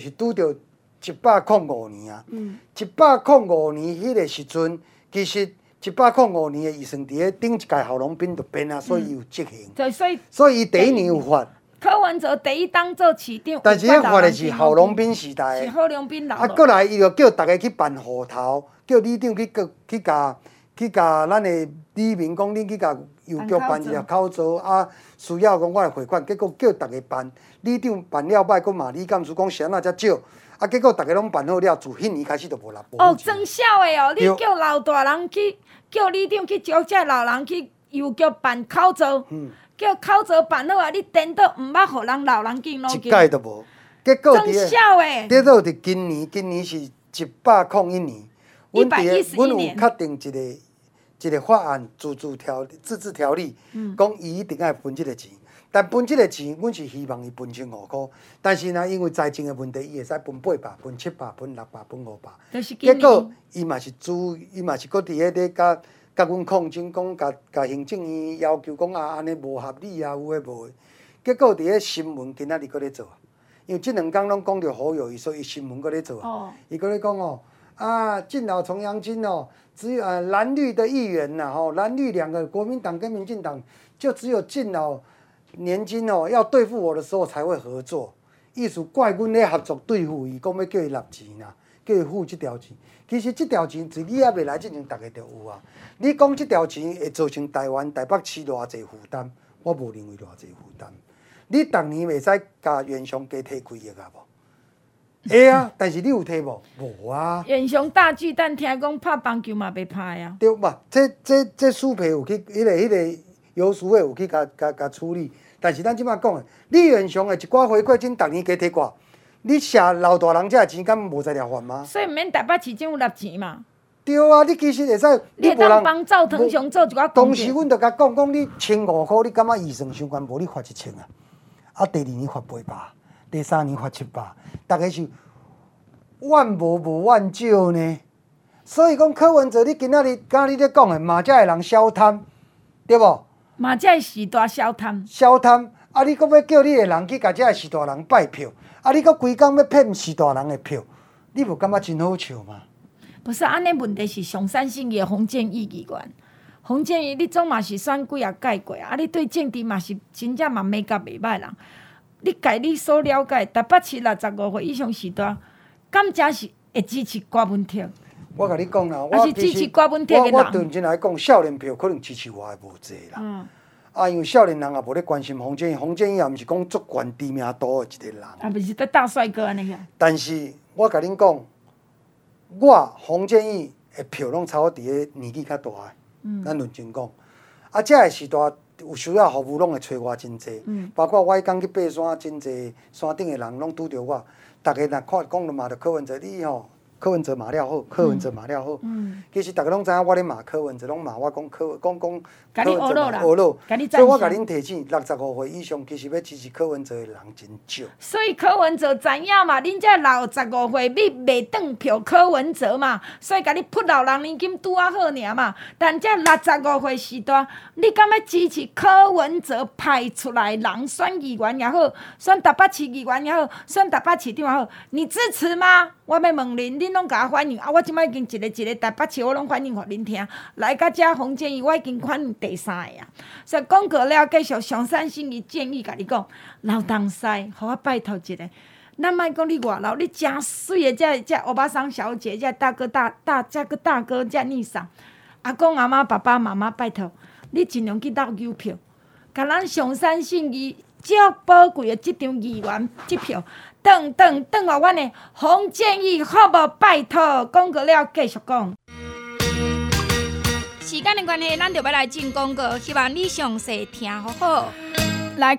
[SPEAKER 4] 105年啊。105年迄个时阵，其实105年的预算伫咧顶一届郝龙斌就变啊，所以有执行。所以伊第一年有发。
[SPEAKER 3] 柯文哲第一当做市长，
[SPEAKER 4] 但是迄发的是郝龙斌时代的。
[SPEAKER 3] 是郝龙斌老。
[SPEAKER 4] 过来伊就叫大家去办户头，叫里长去甲咱的李明讲，恁去甲邮局办一条口罩啊，需要讲我来汇款，结果叫大家办，里长办了歹，佫骂李干事讲谁那遮少，啊，结果大家拢办好了，自迄年开始就无啦。
[SPEAKER 3] 哦，装笑的哦，你叫老大人去，叫里长去招这老人去邮局办口罩。叫口罩办好啊！你颠倒毋捌互人老人进拢进。
[SPEAKER 4] 一届都无，结果
[SPEAKER 3] 装笑诶！
[SPEAKER 4] 跌到伫今年是101年，阮有确定一个法案自治条例，讲伊一定爱分即个钱。但分即个钱，阮是希望伊分1500块，但是呢，因为财政的问题，伊会使分800、分700、分600、分500。结果伊嘛是搁伫迄咧甲阮抗争，讲甲行政院要求讲安尼无合理啊，有诶无诶。结果伫咧新闻今仔日搁咧做，因为即2天拢讲着侯友宜，所以新闻搁咧做。伊搁咧讲敬老重阳金只有蓝绿的议员呐，蓝绿2个国民党跟民进党就只有敬老年金要对付我的时候才会合作，意思怪阮咧合作对付伊，讲要叫伊纳钱啦，叫伊付即条钱。其实即条钱自你还未来之前，大家就有啊。你讲即条钱会造成台北市偌济负担，我无认为偌济负担。你逐年袂使甲原乡加摕几亿啊无？会啊，但是你有摕无？无啊。
[SPEAKER 3] 原乡大巨蛋听讲拍棒球嘛袂拍啊。
[SPEAKER 4] 对嘛？这输赔有去，迄个邮输的有去甲处理。但是咱即摆讲的，你原乡的一寡回馈金，逐年加摕偌？你写老大人遮钱，敢无在了还吗？
[SPEAKER 3] 所以毋免台北市政府纳钱嘛。
[SPEAKER 4] 对啊，你其实会使。
[SPEAKER 3] 你会当帮赵腾雄做一寡工作。
[SPEAKER 4] 当时阮就甲讲，你1500块，你感觉预算伤悬，无你发1000啊。啊，第2年发800，第3年发700，大家是万无万少呢。所以讲柯文哲，你今仔日你咧讲的，嘛才会人消贪，对无？
[SPEAKER 3] 嘛才会时大消贪。
[SPEAKER 4] 消贪，啊！你搁要叫你的人去甲遮个士大人拜票，啊！你搁规工要骗士大人的票，你无感觉真好笑吗？
[SPEAKER 3] 不是，安尼问题是上善心的洪建义议员，洪建义你总嘛是选几啊届过啊？你对政治嘛是真正嘛美甲袂歹人。你家你所了解，台北市65岁以上时代，敢真是会支持郭文text
[SPEAKER 4] 我甲你讲啦，
[SPEAKER 3] 我是支持郭文text的人。
[SPEAKER 4] 我认真来讲，少年票可能支持我的无济啦。因为少年人也无咧关心洪建义，洪建义也毋是讲足悬知名度的一个人。
[SPEAKER 3] 啊，不是得大帅哥安尼个。
[SPEAKER 4] 但是我甲恁讲，我洪建义的票拢差我伫个年纪较大的。咱认真讲，啊，遮个时代有需要服务，拢会找我真济。包括我迄天去爬山，真济山顶的人拢拄着我。大家若看讲了骂着柯文哲，你柯文哲骂了好，柯文哲骂了好。其实大家拢知影我咧骂柯文哲，拢骂我讲柯文哲嘛恶佬。所以我甲恁提醒，65岁以上其实要支持柯文哲的人真少。
[SPEAKER 3] 所以柯文哲知影嘛，恁遮65岁你袂当票柯文哲嘛，所以甲你扑老人年金拄啊好尔嘛。但遮65岁时代，你敢要支持柯文哲派出来人选议员也好，选台北市议员也好，选台北市长也好，你支持吗？我要问恁拢甲我反映啊！我即摆已经一个台北市，我拢反映互恁听。来到遮洪建义，我已经反映第3个啊。所以讲过了，继续上善心的建议，甲你讲，老东西，互我拜托一个。咱莫讲你外老，你真水的这欧巴桑小姐，这大哥这逆桑，阿公阿妈爸爸妈妈，拜托你尽量去斗邮票，甲咱上善心义足宝贵的即张议员即票。等我阮的洪建义好无？拜托，讲过了继续讲。时间的关系，咱就要来进广告，希望你详细听好好。 来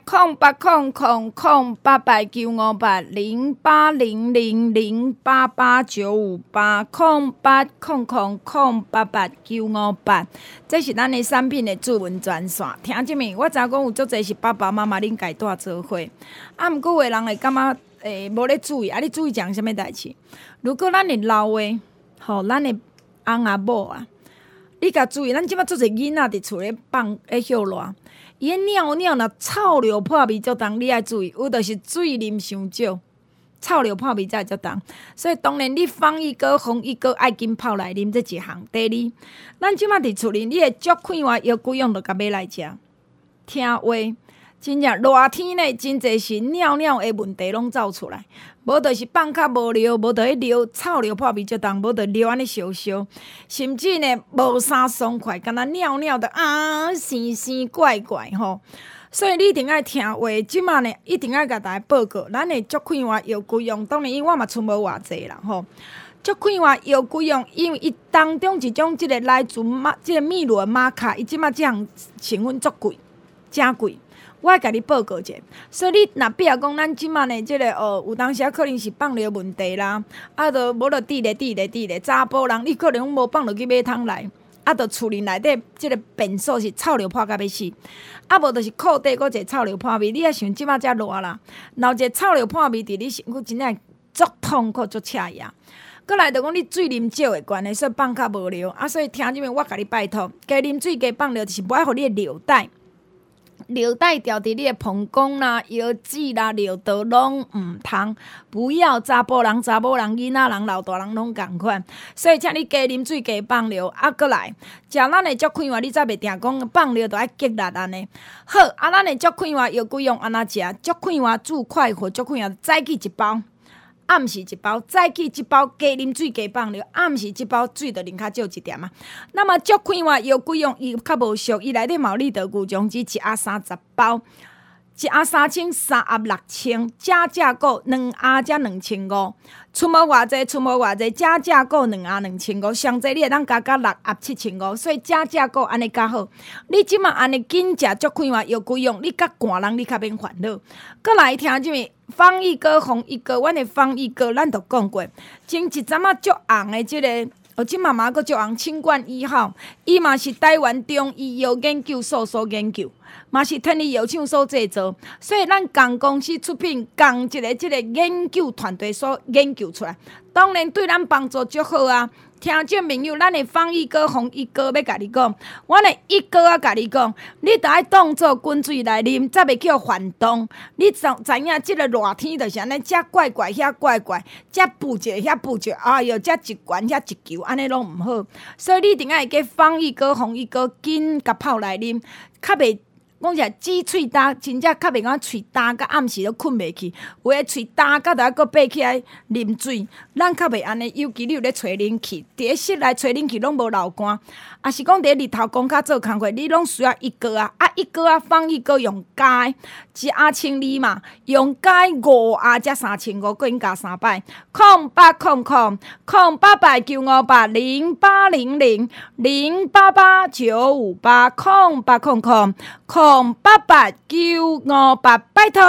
[SPEAKER 3] 08000889580800088958，这是咱的产品的主文专线。听即面，我知影讲有足侪是爸爸妈妈恁家带做伙，啊，毋过有的人会感觉无咧注意，啊，你注意讲啥物代志？如果咱的老的，吼，咱的翁仔某啊，你甲注意，咱即摆足侪囡仔伫厝咧放咧歇热。伊尿尿若臭流破味足重，你爱注意，有就是水啉伤少，臭流破味才会足重。所以当然，你放一哥、烘一哥爱紧泡来啉，这一项。第二，咱即摆伫厝里，你会足快活药几样，就甲买来食。听话，真正热天呢，真侪是尿尿的问题拢走出来。无就是放较无尿，无就迄尿臭流破味足重，无就尿安尼烧烧，甚至呢无啥爽快，敢若尿尿的生生怪怪吼。所以你一定爱听话，即马呢一定爱甲大家报告，咱的足快活药具用，当然因为我嘛出无偌济啦吼。足快活药具用，因为伊当中一种即个来自即个秘鲁的玛卡，伊即马即项成分足贵，真贵。我会甲你报告者，所以你若比如讲，咱即满的即个有当时可能是放尿问题啦，啊，就无就滴咧，查甫人你可能无放落去马桶内，啊，就厝里内底即个便所是臭流破甲要死，啊，无就是裤底搁一个臭流破味，你也想即满遮热啦，然后一个臭流破味伫你身躯真正足痛苦足赤牙。过来就讲你水啉少的关系，所以放较无尿，啊，所以听即面我甲你拜托，加啉水加放尿，就是无爱互你的尿袋。尿袋掉伫你的膀胱啦、腰子啦、尿道拢毋通，不要查甫人、囡仔人、老大人拢共款。所以，请你加啉水、加放尿，啊，过来食咱的足快活，你才袂定讲放尿就爱激力安尼。好，啊，咱的足快活药具用安怎食？足快活助快活，足快活早起一包。暗时一包，早起一包，加啉水加放尿。暗时一包水就啉较少一点啊。那么足快活药具用伊较无俗，伊内底嘛有利得牛种子一盒30包，一盒3000，三盒6000，加价购2盒才2500。出无偌济，加价购2盒2500，上济你会当加6盒7500，所以加价购安尼较好。你即马安尼紧食足快活药具用，你甲寒人你较免烦恼。过来听即面。方一哥、红一哥，阮的方一哥，咱都讲过，前一阵仔足红的即个，即妈妈佫足红，清冠1号，伊嘛是台湾中医药研究所研究，嘛是天理药厂所制作，所以咱共公司出品，共一个即个研究团队所研究出来，当然对咱帮助足好啊。听众朋友，咱的方一哥、红一哥要甲你讲，阮的一哥啊，甲你讲，你着爱当做滚水来啉，才袂叫反动。你知影即个热天就是安尼，遮怪怪，遐怪怪，遮补者遐补者，哎哟，遮一罐遐一球，安尼拢毋好。所以你一定爱加方一哥、红一哥紧甲泡来啉，较袂。讲起来，挤喙焦，真正较袂讲喙焦，甲暗时都困袂去。有诶喙焦，甲着还佫爬起来啉水，咱较袂安尼。尤其你有咧吹冷气，伫咧室内吹冷气拢无流汗，啊是讲伫咧日头讲较做工课，你拢需要一个啊，一个啊放一个用加一盒1200嘛，用加5盒才3500，搁应加3摆。0800-088-958，0800-088-958，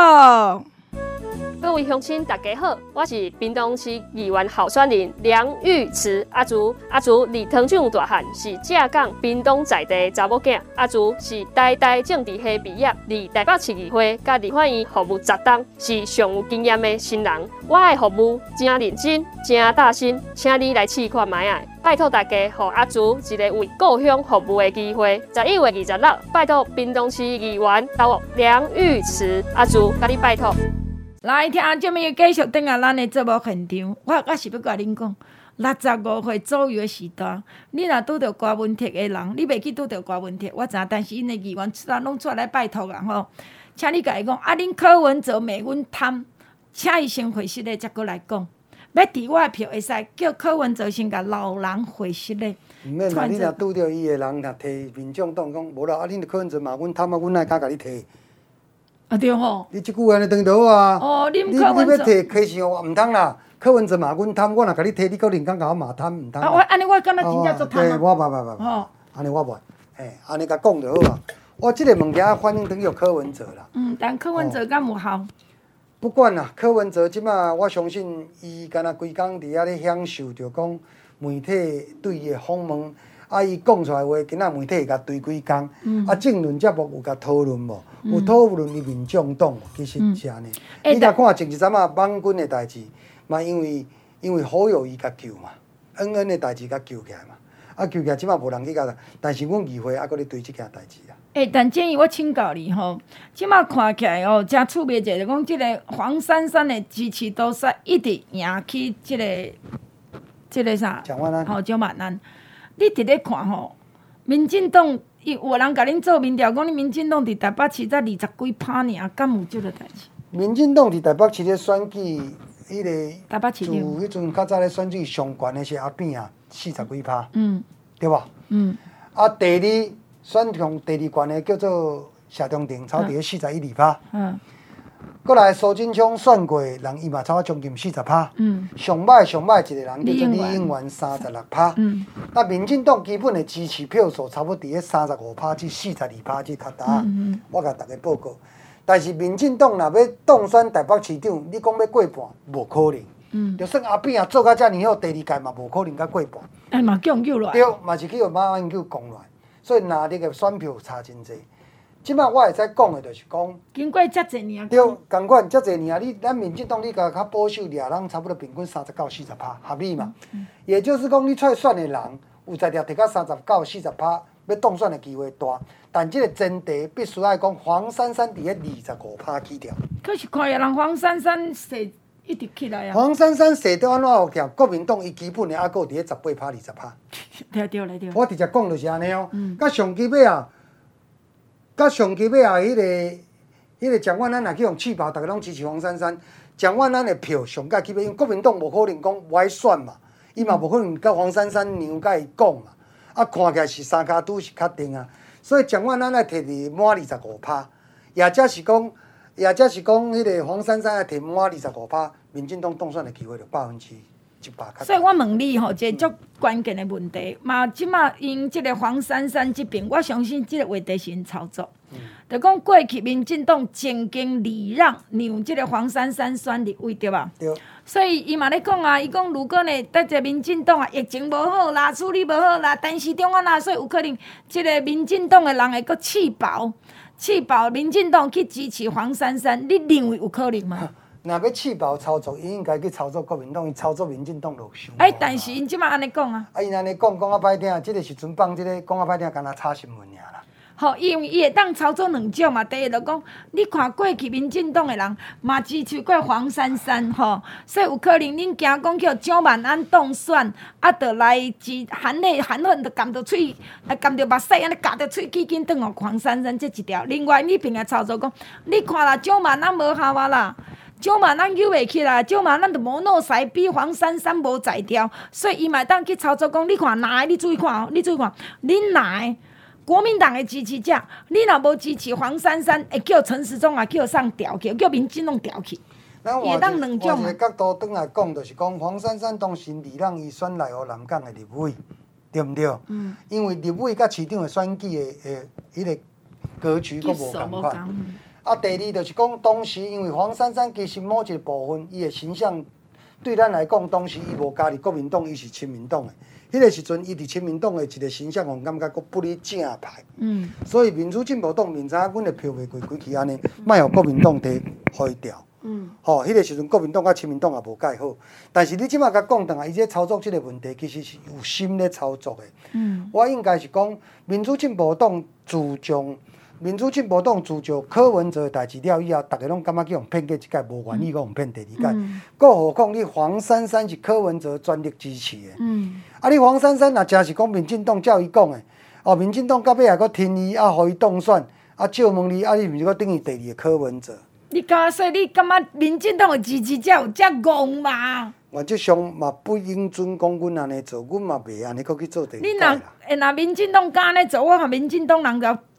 [SPEAKER 6] 各位乡亲，大家好，我是屏东市议员候选人梁玉慈阿竹。阿竹离糖厂大汉，是正港屏东在地查某囝。阿竹是代代政治系毕业，离台北市议会甲立法院服务10档，是上有经验的新人。我的服务真认真，真大心，请你来试看卖啊！拜托大家，给阿竹一个为故乡服务的机会。11月26日，拜托屏东市议员到梁玉慈阿竹，甲你拜托。
[SPEAKER 3] 来听这么继续等下咱的节目现场，我是要甲恁讲，65岁左右的时代，你若拄着高问题的人，你袂去拄着高问题，我知影，但是因的议员拢出来拜托啊吼，请你甲伊讲，恁柯文哲骂阮贪，请伊先回室内才过来讲，要伫我的票会使叫柯文哲先甲老人回室内。
[SPEAKER 4] 毋免啦，你若拄着伊的人，若摕民众党讲，无啦，恁柯文哲骂阮贪啊，阮哪会甲你摕？
[SPEAKER 3] 啊对吼，
[SPEAKER 4] 你即句安尼当着好啊！
[SPEAKER 3] 哦，你
[SPEAKER 4] 要摕开箱，毋通啦。柯文哲骂阮贪，我若甲你摕，你搁连讲甲我骂贪，毋通。
[SPEAKER 3] 啊，我安尼我敢若真正做贪啊！
[SPEAKER 4] 我袂，安尼我袂，嘿，安尼甲讲就好啊。 我即个物件反映等于柯文哲啦。
[SPEAKER 3] 但柯文哲敢有效？
[SPEAKER 4] 不管啦，柯文哲即马我相信伊敢若规工伫遐咧享受着讲媒体对伊的访问，啊，伊讲出来话，今仔媒体会甲追几工，啊，政论节目有甲讨论无？有讨论伊民众党无？其实是安尼。你若看前一阵仔网军的代志，嘛因为好友伊甲救嘛，恩恩的代志甲救起来嘛，啊救起来即马无人去甲，但是阮议会还搁咧追即件代志啦。
[SPEAKER 3] 但建议我请教你吼，即马看起来哦，真趣味者就讲，即个黄珊珊的支持度煞一直赢去即个啥？
[SPEAKER 4] 蒋万安。
[SPEAKER 3] 吼，蒋万安，你伫咧看吼，民进党有人甲恁做民调，讲你民进党伫台北市才20几趴尔，敢有即个代志？
[SPEAKER 4] 民进党伫台北市咧选举，迄个
[SPEAKER 3] 台北市
[SPEAKER 4] 自迄阵较早咧选举上悬的是阿扁啊，40几趴，对吧？啊，第二选上第二悬的叫做谢中庭，超伫咧41、2趴。过来苏贞昌选过人，伊嘛超将近40趴。上歹一个人叫做李应元36趴。那民进党基本的支持票数差不多伫咧35趴至42趴即较大。我甲大家报告。但是民进党若要当选台北市长，你讲要过半，无可能。就算阿扁啊做到遮尔好，第二届嘛无可能甲过半。
[SPEAKER 3] 嘛叫救来。
[SPEAKER 4] 对，嘛是去互马英九讲来，所以拿你个选票差真济。即摆我会使讲的，就是讲，
[SPEAKER 3] 经过遮侪年，
[SPEAKER 4] 对，共款遮侪年，咱民进党你甲较保守掠人，差不多平均39、40趴，合理嘛？也就是讲，你出来选的人，有在条摕到39、40趴，要当选的机会大。但即个前提必须要讲，黄珊珊伫咧25趴起跳。
[SPEAKER 3] 可是看人黄珊珊势一直起来啊。
[SPEAKER 4] 黄珊珊势到安怎有跳？国民党伊基本的还佫伫咧18趴、20趴。
[SPEAKER 3] 对。
[SPEAKER 4] 我直接讲就是安尼哦。甲上基尾啊！迄个蒋万安若去用气爆，大家拢支持黄珊珊。蒋万安的票上届起尾，因为国民党无可能讲不爱选嘛，伊嘛无可能甲黄珊珊娘甲伊讲嘛。啊，看起来是三脚拄是确定啊。所以蒋万安爱摕伫满25趴，也则是讲，迄个黄珊珊爱摕满25趴，民进党当选的机会就100%。
[SPEAKER 3] 所以我问你吼，一个足关键的问题，嘛，即马因即个黄珊珊这边，我相信即个话题是因操作。就讲过去民进党曾经礼让即个黄珊珊选立委，对吧？
[SPEAKER 4] 对。
[SPEAKER 3] 所以伊嘛咧讲啊，伊讲如果呢，得这民进党啊疫情无好啦，处理无好啦，但是中央啊，所以有可能即个民进党的人会阁气爆民进党去支持黄珊珊，你认为有可能吗？
[SPEAKER 4] 若要气爆操作，伊应该去操作国民党，伊操作民进党就伤。
[SPEAKER 3] 但是因即马安尼讲啊。
[SPEAKER 4] 因安尼讲啊歹听，即个时阵放即个讲啊歹听，敢若炒新闻尔啦。
[SPEAKER 3] 吼，因为伊会当操作两种嘛。第一就讲，你看过去民进党的人嘛支持过黄珊珊吼，所以有可能恁惊讲叫蒋万安当选，啊，就来含混就含着喙，含着目屎，安尼夹着喙紧紧转互黄珊珊这一条。另外一边的操作讲，你看啦，蒋万安无效啊啦。蒋万安救袂起来，蒋万安就无脑塞比黄珊珊无在调，所以伊嘛当去操作讲，你看哪个？你注意看哦，恁哪个国民党的支持者，你若无支持黄珊珊，会叫陈时中也叫上调去，叫民进党调去。也当两种嘛。
[SPEAKER 4] 换一个角度转来讲，就是讲黄珊珊当时礼让伊选内湖南港的立委，对毋对？因为立委甲市长的选举的迄个格局佫无共款。啊，第二就是讲，当时因为黄珊珊其实某一个部分，伊的形象对咱来讲，当时伊无加入国民党，伊是亲民党的。迄个时阵，伊伫亲民党的一个形象，我感觉佫不哩正派。所以民主进步党明知影阮的票袂过几期安尼，莫互国民党摕互伊调。迄个时阵国民党甲亲民党也无介好。但是你即马甲讲倒来，伊这操作即个问题，其实是有心咧操作的。我应该是讲，民主进步党自从柯文哲的代志了以后，大家拢感觉去用骗过一届，无愿意去用骗第二届。更何况你黄珊珊是柯文哲全力支持的。你黄珊珊若真是讲民进党照伊讲的，民进党到尾也阁听伊，互伊当选，借问你，你毋是阁等于第二个柯文哲？
[SPEAKER 3] 所以你感觉民进党的支持者有遮戆吗？
[SPEAKER 4] 原则上嘛不应准讲阮安尼做，阮嘛袂安尼阁去做第二届啦。
[SPEAKER 3] 若民进党敢安尼做，我看民进党人就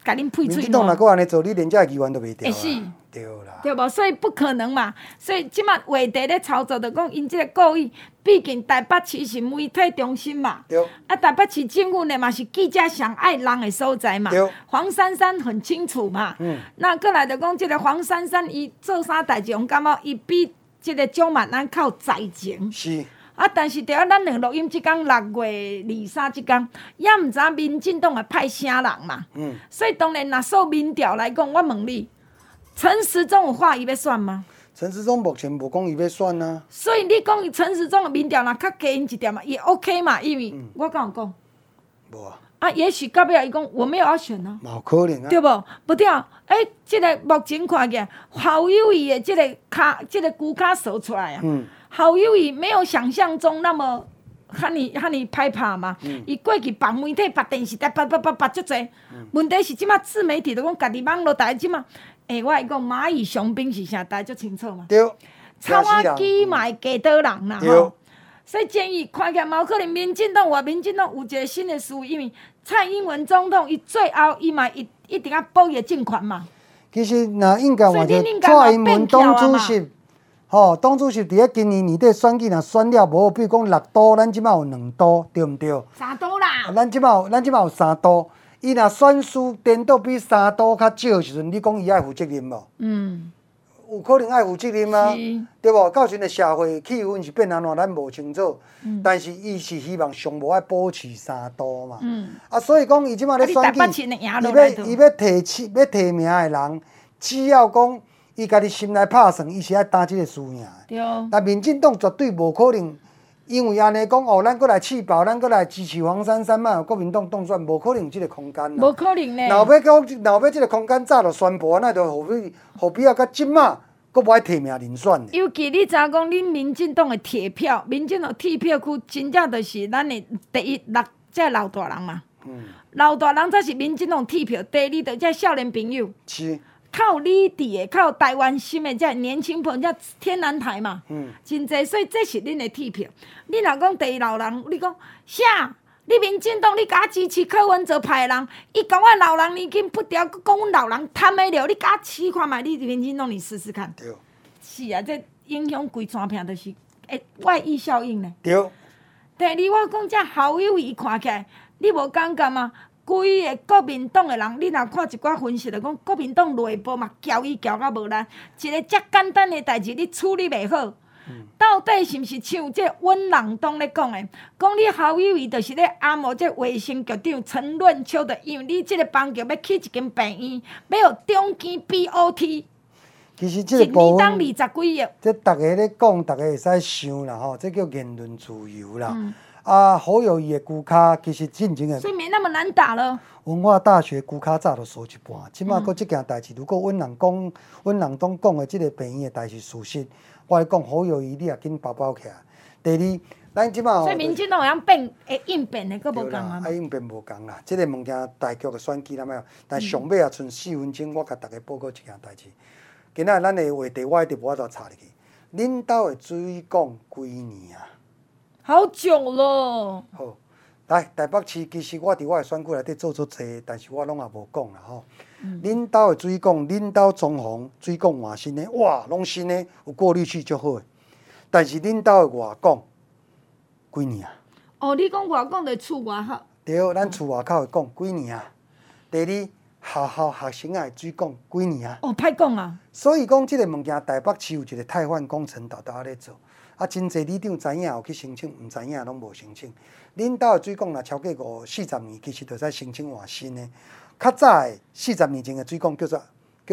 [SPEAKER 3] 甲恁配嘴
[SPEAKER 4] 民进党若搁安尼做，你连这议员都袂掉
[SPEAKER 3] 会死
[SPEAKER 4] 啦，对啦。
[SPEAKER 3] 对无？所以不可能嘛。所以即马话题咧操作，就讲因即个故意，毕竟台北市是媒体中心嘛。
[SPEAKER 4] 对。
[SPEAKER 3] 啊，台北市政府呢嘛是记者上爱人的所在嘛。
[SPEAKER 4] 对。
[SPEAKER 3] 黄珊珊很清楚嘛。那过来就讲，即个黄珊珊伊做啥代志，我感觉伊比即个蒋万安较有才情。
[SPEAKER 4] 是。
[SPEAKER 3] 啊，但是对啊，咱两录音即天6月23即天，也毋知民进党会派啥人嘛。所以当然，若说民调来讲，我问你，陈时中有话伊要选吗？
[SPEAKER 4] 陈时中目前无讲伊要选啊。
[SPEAKER 3] 所以你讲陈时中的民调若较低因一点嘛，也 OK 嘛，因为我敢有讲。
[SPEAKER 4] 无啊。
[SPEAKER 3] 啊，也许到尾伊讲我没有要选啊。
[SPEAKER 4] 嘛有可能啊。
[SPEAKER 3] 对无？不对啊。即个目前看起来，好友谊的即个即个骨骹手出来啊。好友谊没有想象中那么哈尼歹拍嘛。伊过去绑媒体、绑电视台、绑足侪。问题是即马自媒体都讲家己网络台即马，我会讲蚂蚁雄兵是啥，大家足清楚嘛。
[SPEAKER 4] 对。
[SPEAKER 3] 草仔鸡嘛会加倒人啦吼。所以建议看起来嘛有可能民进党有一个新的思维，因为蔡英文总统伊最后伊嘛一定要保伊的政权嘛。
[SPEAKER 4] 其实若应该话就蔡英文党主席。党主席伫咧今年年底选举，若选了无，比如讲6都，咱即马有2都，对毋对
[SPEAKER 3] ？3都啦。
[SPEAKER 4] 咱即马有3都，伊若选输颠倒比3都较少时阵，你讲伊爱负责任无？有可能爱负责任啊，对无？到时阵社会气氛是变安怎，咱无清楚。但是伊是希望上无爱保持3都嘛。所以讲伊即马咧选举，伊要提名的人，只要讲。伊家己心内拍算，伊是爱担即个输赢。
[SPEAKER 3] 对。
[SPEAKER 4] 但民进党绝对无可能，因为安尼讲咱搁来气爆，咱搁来支持黄珊珊嘛，国民党当选，无可能有即个空间啦。
[SPEAKER 3] 无可能呢。
[SPEAKER 4] 若要即个空间早就宣布，那就何必要到即马，搁无爱提名人选呢？
[SPEAKER 3] 尤其你知影讲，恁民进党的铁票，民进党铁票区真正就是咱的第一这老大人嘛。老大人才是民进党铁票，第二就这少年朋友。
[SPEAKER 4] 是。
[SPEAKER 3] 较有理智的、较有台湾心的，这年轻朋友，这天然台嘛，真济，所以这是恁的铁票。你若讲第一老人，你讲啥？你民进党，你甲支持柯文哲派的人，伊讲我老人年轻不调，佮讲阮老人贪的了，你甲试看卖，你民进党你试试看。
[SPEAKER 4] 对。
[SPEAKER 3] 是啊，这影响规全片就是外溢效应呢。
[SPEAKER 4] 对。
[SPEAKER 3] 第二，我讲这好友谊看起来，你无感觉吗？规个国民党的人，你若看一寡分析，就讲国民党内部嘛，交伊交甲无力，一个遮简单的代志，你处理袂好，到底是毋是像这温朗东咧讲的？讲你好友谊就是咧暗摩这卫生局长陈润秋的，因为你这个邦局要起一间病院，要有中间 BOT，
[SPEAKER 4] 其实这个部分，
[SPEAKER 3] 一年当20几亿，
[SPEAKER 4] 这大家咧讲，大家会使想啦吼，这叫言论自由啦。好友谊的骨卡其实进前的，
[SPEAKER 3] 所以没那么难打了。
[SPEAKER 4] 文化大学骨卡早就输一半，即马搁即件代志，如果温朗东讲的即个病院的代志事实，我来讲好友谊你也紧包起来。第二，咱即马
[SPEAKER 3] 所以民进党会变会应变的，佫无共啊。
[SPEAKER 4] 应变无共啦，即个物件大局的选举了没有？但上尾也剩4分钟，我甲大家报告一件代志。今仔咱的话题我一直无法度插入去。恁兜的水管几年啊？
[SPEAKER 3] 好久了。
[SPEAKER 4] 好，来台北市，其实我伫我的选区内底做足济，但是我拢也无讲啦吼。恁兜的水管，恁兜装潢水管换新的，哇，拢新的，有过滤器足好的。但是恁兜的外管几年啊？
[SPEAKER 3] 哦，你讲外管就厝外口。
[SPEAKER 4] 对，咱厝外口的管几年啊？第二，学生的水管几年啊？
[SPEAKER 3] 哦，歹讲啊。
[SPEAKER 4] 所以讲，即个物件台北市有一个汰换工程，豆豆咧做。真侪里长知影有去申請，毋知影拢无申請。恁兜的水管若超过40年，其实就使申請换新的。较早的40年前的水管叫做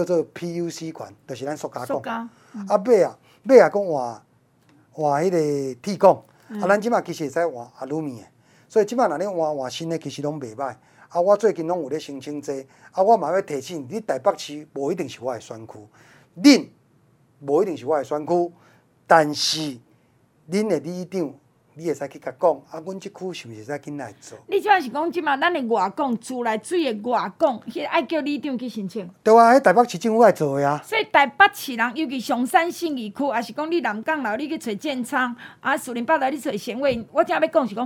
[SPEAKER 4] PUC 管，就是咱塑胶管。尾啊讲换迄个铁管，咱即马其实会使换阿鲁米的。所以即马若咧换新的，其实拢袂歹。我最近拢有咧申請这，我嘛要提醒你，台北市无一定是我的选区，恁无一定是我的选区，但是。恁的里长，你会使去甲讲，阮即区是毋是使紧来做？
[SPEAKER 3] 你即摆是讲即马咱的外管，厝内水的外管，迄爱叫里长去申請。
[SPEAKER 4] 对啊，迄台北市政府爱做的啊。
[SPEAKER 3] 所以台北市人，尤其上山信义区，也是讲你南港楼，你去找建昌，树林北楼你找贤惠，我正要讲是讲，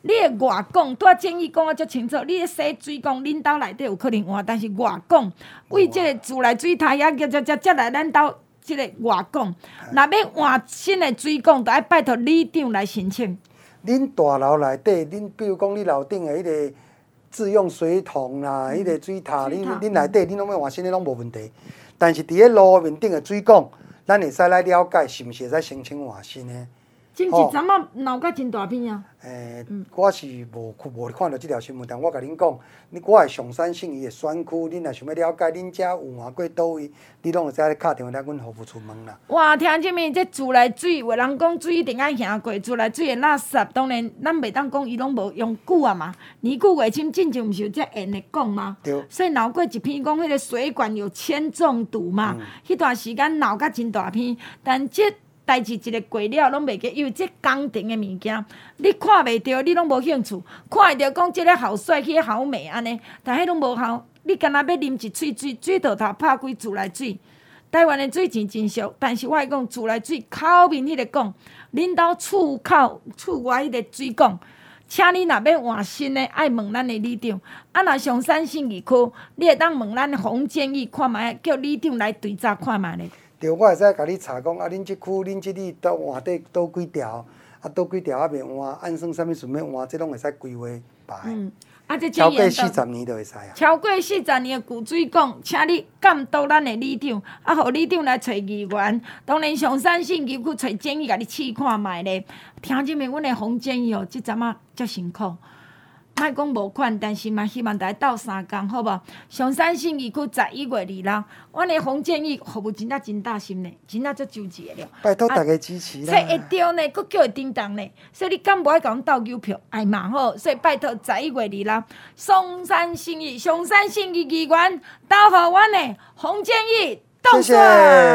[SPEAKER 3] 你的外讲，拄仔建议讲啊足清楚，你咧洗水讲，恁兜内底有可能换，但是外讲为即个自来水塔遐才来咱兜即个外讲，若要换新的水管，就要拜托里长来申请。
[SPEAKER 4] 恁大楼内底，恁比如讲你楼顶的迄个自用水桶啦，迄个水塔，恁内底恁拢要换新的拢无问题。但是伫咧路面顶的水管，咱会使来了解是毋是会使申请换新的。
[SPEAKER 3] 真是阵仔闹甲真大片啊！
[SPEAKER 4] 我是无看到即条新闻，但我甲恁讲，我的上山信义的选区，恁若想要了解恁遮有换过倒位，你拢会使咧敲电话来阮服务处问啦。
[SPEAKER 3] 哇，听即面这自来水，有人讲水一定爱行过，自来水的垃圾，当然咱袂当讲伊拢无用久啊嘛。年久月深，进前毋是有遮严的讲吗？
[SPEAKER 4] 对。
[SPEAKER 3] 所以闹过一篇讲，迄个水管有铅中毒嘛，迄段时间闹甲真大片，但这代志一个过了，拢袂记，因为这工程的物件，你看袂着，你拢无兴趣；看会着讲这个好帅，迄个好美安尼，但迄拢无效。你敢若要啉一喙水，水道头拍开自来水。台湾的水钱真俗，但是我会讲自来水口面迄个讲，恁兜厝口厝外迄个水管，请你若要换新的，爱问咱的里长。啊，若上山信义区，你会当问咱洪建义看卖，叫里长来对照看卖咧。
[SPEAKER 4] 对，我会使甲你查讲，啊，恁即区、恁即里倒换底倒几条，啊，倒几条还袂换，按算啥物阵要换，这拢会使规划排。
[SPEAKER 3] 这
[SPEAKER 4] 超过40年就会使啊。
[SPEAKER 3] 超过40年的旧水管，请你监督咱的里长，啊，互里长来找议员。当然，上山信义区找建议，甲你试看卖咧。听即面，阮的洪建议哦，即阵仔足辛苦。莫讲无款，但是嘛希望大家斗3工，好无？上山信义区11月2日，阮的洪建议服务真大心呢，真足周齐的了。
[SPEAKER 4] 拜托大家支持啦！
[SPEAKER 3] 所以会着呢，佫叫伊叮当呢。所以你敢无爱甲阮斗邮票？哎嘛好，所以拜托11月2日，上山信义议员斗互阮的洪建议当选。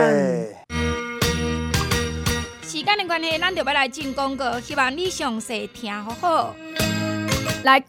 [SPEAKER 3] 时间的关系，咱就要来进广告，希望你详细听好好。来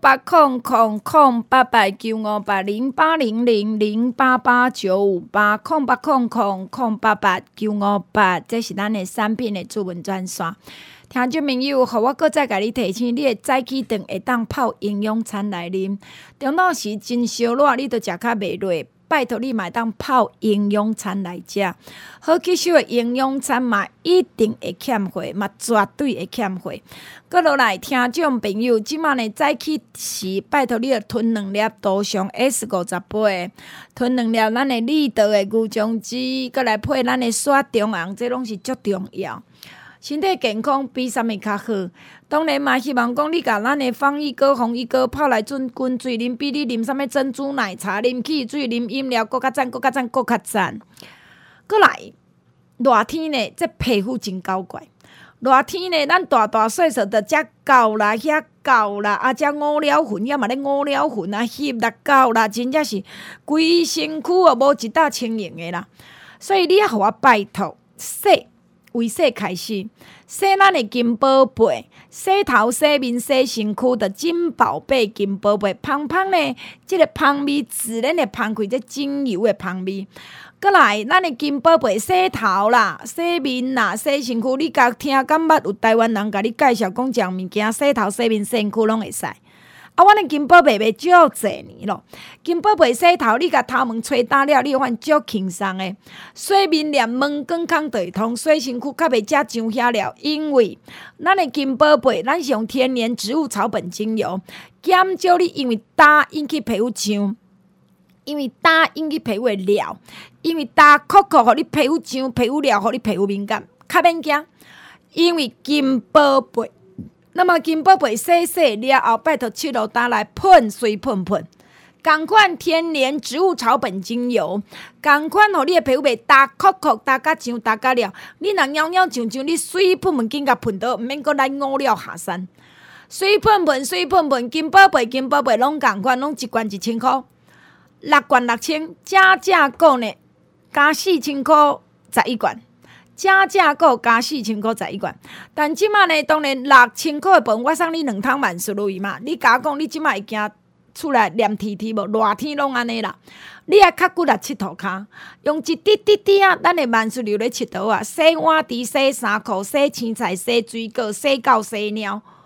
[SPEAKER 3] 0800-088-958-0880-088-958，这是咱的产品的主文专线。听众朋友，互我搁再甲你提醒，你的早起顿会当泡营养餐来啉，中昼时真烧热，你都食较袂落。拜托你嘛当泡营养餐来食，好吸收的营养餐嘛一定会欠货，嘛绝对会欠货。搁落来，听众朋友，即满的早起时，拜托你要吞2粒多上 S50杯，吞2粒咱的利德的牛樟脂，搁来配咱的雪中红，这拢是足重要。身体健康比啥物较好？当然嘛，希望讲你甲咱的防疫膏、防疫膏泡来滚水啉，比你啉啥物珍珠奶茶、啉汽水、啉饮料，搁较赞。搁来，热天呢，这皮肤真搞怪。热天呢，咱大细小的遮狗啦、遐狗啦，啊，遮五了粉，也嘛咧五了粉啊，翕啦、狗啦，真正是规身躯哦，无一搭轻盈的啦。所以你也互我拜托，为洗开始，洗咱的金宝贝，洗头、洗面、洗身躯的金宝贝、金宝贝，芳芳呢，这个芳味自然的芳开，这精油的芳味。搁来，咱的金宝贝洗头啦、洗面啦、洗身躯，你甲听敢捌有台湾人甲你介绍讲，食物件洗头、洗面、洗身躯拢会使。啊，阮的金宝贝卖足侪年咯。金宝贝洗头，你甲头毛吹干了，你会发现足轻松的。洗面连毛光康就会通，洗身躯较袂遮上遐了，因为咱的金宝贝，咱是用天然植物草本精油，减少你因为干引起皮肤痒，因为干引起皮肤会了，因为干酷，互你皮肤痒、皮肤了，互你皮肤敏感，较免惊。因为金宝贝。那么金宝贝洗了后，拜托七路打来喷水喷，同款天然植物草本精油，同款互你的皮肤袂干酷，干甲痒，干甲了。你若痒痒你水喷紧甲喷倒，毋免搁来5了下山。水喷，金宝贝拢同款，拢一罐1000块，6罐6000，正购呢，加4000块11罐。正购加4000块11罐，但即马呢，当然6000块的本我送你2桶万事如意嘛。你甲我讲，你即马会惊厝内黏贴贴无？热天拢安尼啦。你爱较骨力佚佗骹，用一滴啊，咱的万事如咧佚佗啊，洗碗池、洗衫裤、洗青菜、洗水果、洗狗、洗猫。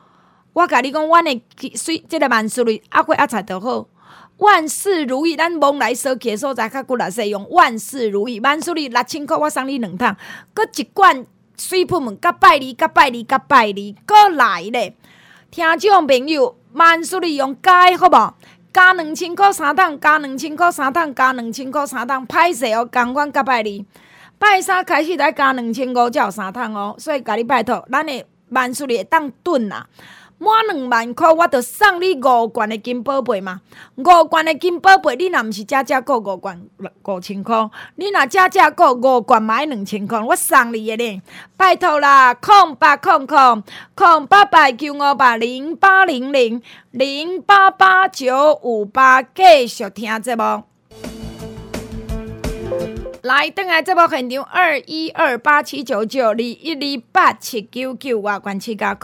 [SPEAKER 3] 我甲你讲，阮的即个万事如意，阿过阿财就好。万事如意，咱蒙来烧起的所在较骨力使用。万事如意，万事如意6000块，我送你2桶，搁一罐水喷门，甲拜你，搁来咧。听众朋友，万事如意用加好无？加2000块3桶，加2000块3桶，加2000块3桶，歹势哦，共阮甲拜你。拜三开始来加2500才有3桶哦，所以甲你拜托，咱的万事如意会当炖啦。满2万块，我就送你5罐的金宝贝嘛。5罐的金宝贝，你若毋是加购5罐5000块，你若加购5罐买2000块，我送你的咧。拜托啦，0800-0800-0888-958，继续听节目。来，转来节目现场212879921287999外关市加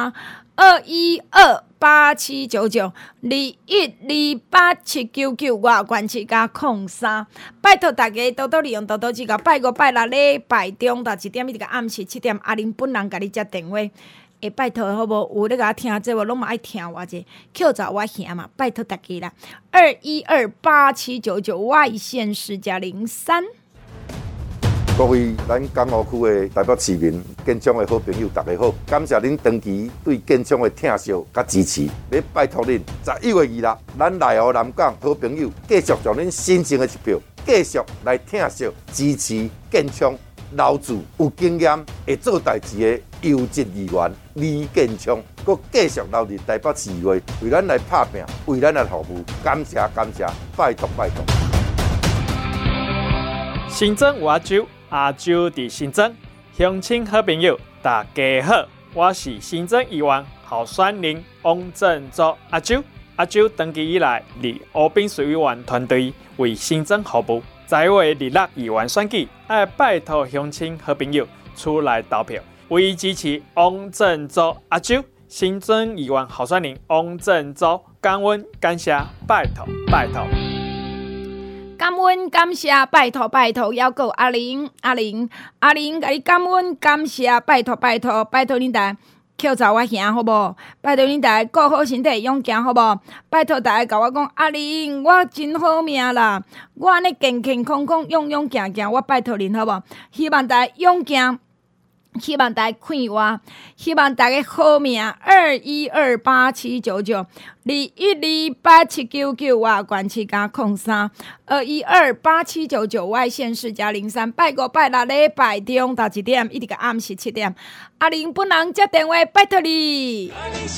[SPEAKER 3] 03。212879921287999外关市加03，拜托大家多多利用多多指教。拜5、拜6礼拜中到1点，一直到暗时7点，阿玲本人甲你接电话。会拜托好无？有咧甲我听节目，拢嘛爱听我者，Q 找我兄嘛，拜托大家啦。2128799外线是加03。
[SPEAKER 7] 各位咱港澳区的台北市民、建昌的好朋友，大家好！感谢恁长期对建昌的疼惜甲支持，要拜托恁11月26，咱内湖南港好朋友继续将恁新增的一票，继续来疼惜支持建昌老主有经验、会做代志的优质议员李建昌，佮继续留伫台北市议会，为咱来拍拼，为咱来服务。感谢，拜托。
[SPEAKER 8] 新增有阿周。阿周伫新增，乡亲好朋友，大家好，我是新增议员候选人王振祖阿周。阿周登记以来，伫乌滨水委员团队为新增服务。在位26议员选举，爱拜托乡亲好朋友出来投票，为支持王振祖阿周。新增议员候选人王振祖，感恩感谢，拜托。
[SPEAKER 3] 感恩感谢，拜托，还有阿玲，甲你感恩感谢，拜托恁大家扣查我兄好无？拜托恁大家顾好身体，勇行好无？拜托大家甲我讲，阿玲，我真好命啦，我安尼健康勇行，我拜托恁好无？希望大家勇行。希望大家快活，希望大家好命。212879921287999外关市加03 2128799外线是加03。拜5、拜6礼拜中到1点，一直到暗时7点。阿玲本人接电话，拜托你。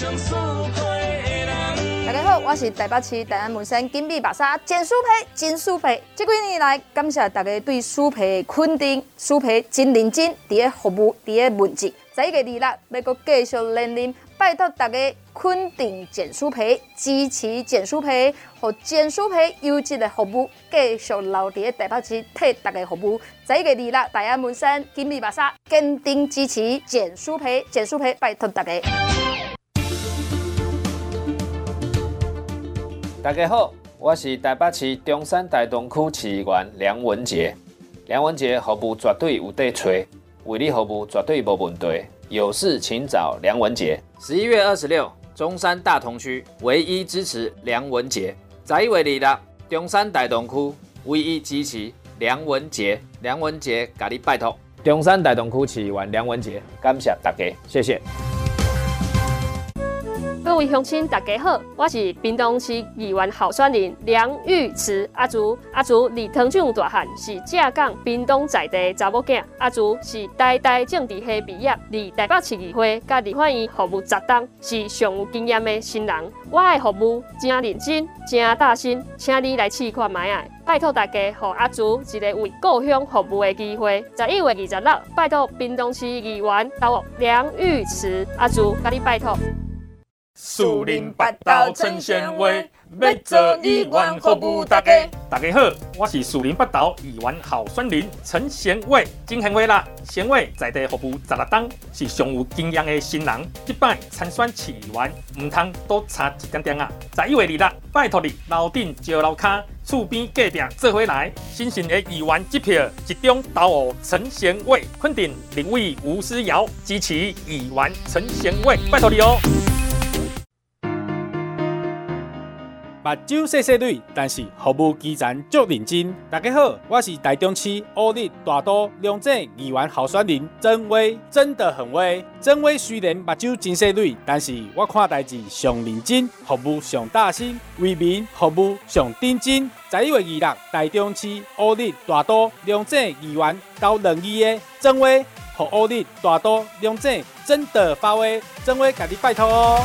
[SPEAKER 9] 大家好，我是台北市大安门山金碧白沙简书培金书培。这几年来，感谢大家对书培的肯定，书培真认真，伫咧服务，伫咧问责。11月26要搁继续连任，拜托大家肯定简书培，支持简书培，互简书培优质的服务，继续留伫咧台北市替大家服务。11月26大安门山金碧白沙坚定支持简书培，简书培拜托大家。
[SPEAKER 5] 大家好，我是台北市中山大东区市议员梁文杰。梁文杰服务绝对有得找，为你服务绝对无问题。有事请找梁文杰。11月26，中山大同区唯一支持梁文杰。11月26，中山大东区唯一支持梁文杰。梁文杰，甲你拜托。中山大东区市议员梁文杰，感谢大家，谢谢。
[SPEAKER 6] 各位乡亲，大家好，我是屏东市议员候选人梁玉慈阿竹。阿竹离汤厂大汉，是正港屏东在地查某囝。阿竹是代代政治系毕业，离台北市议会甲立法院服务10冬，是上有经验的新人。我的服务真认真，真大心，请你来试看卖啊！拜托大家，予阿竹一个为故乡服务的机会。11月26，拜托屏东市议员投梁玉慈阿竹，甲你拜托。
[SPEAKER 8] 树林八斗陈贤话，要做议员服务大家。大家好，我是树林八斗议员候选人陈贤话，真贤话啦！贤话在地服务16冬，是上有经验的新人。这摆参选市议员，唔通多差一点点啊！11月26，拜托你楼顶招楼骹，厝边隔壁做伙来，新兴的议员一票集中投陈贤话，肯定立委吴思瑶，支持议员陈贤话，拜托你哦！
[SPEAKER 10] 目睭细细蕊，但是服务基层足认真。大家好，我是台中市乌日大都龙井议员候选人曾威，真的很威。曾威虽然目睭真细蕊，但是我看代志上认真，服务上大心，为民服务上认真。11月26日，台中市乌日大都龙井议员投2亿的曾威，和乌日大都龙井真的发威，曾威家己拜托哦。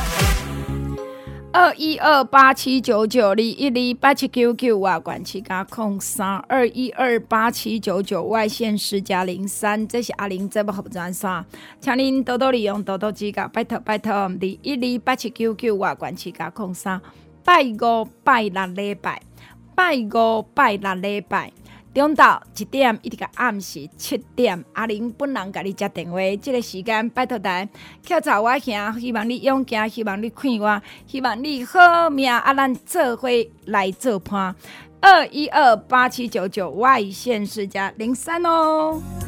[SPEAKER 3] 212879921187999外管区加0321287799外线10加03，这是阿玲节目服务专线，请您多多利用，多多指教，拜托拜托！2128799外管区加03，拜5拜6礼拜，拜5拜6礼拜。中昼1点一直到暗时7点，阿玲本人甲你接电话，这个时间拜托台跳槽我行，希望你勇行，希望你看我，希望你好命，咱做伙来做伴。2128799外线10加03哦。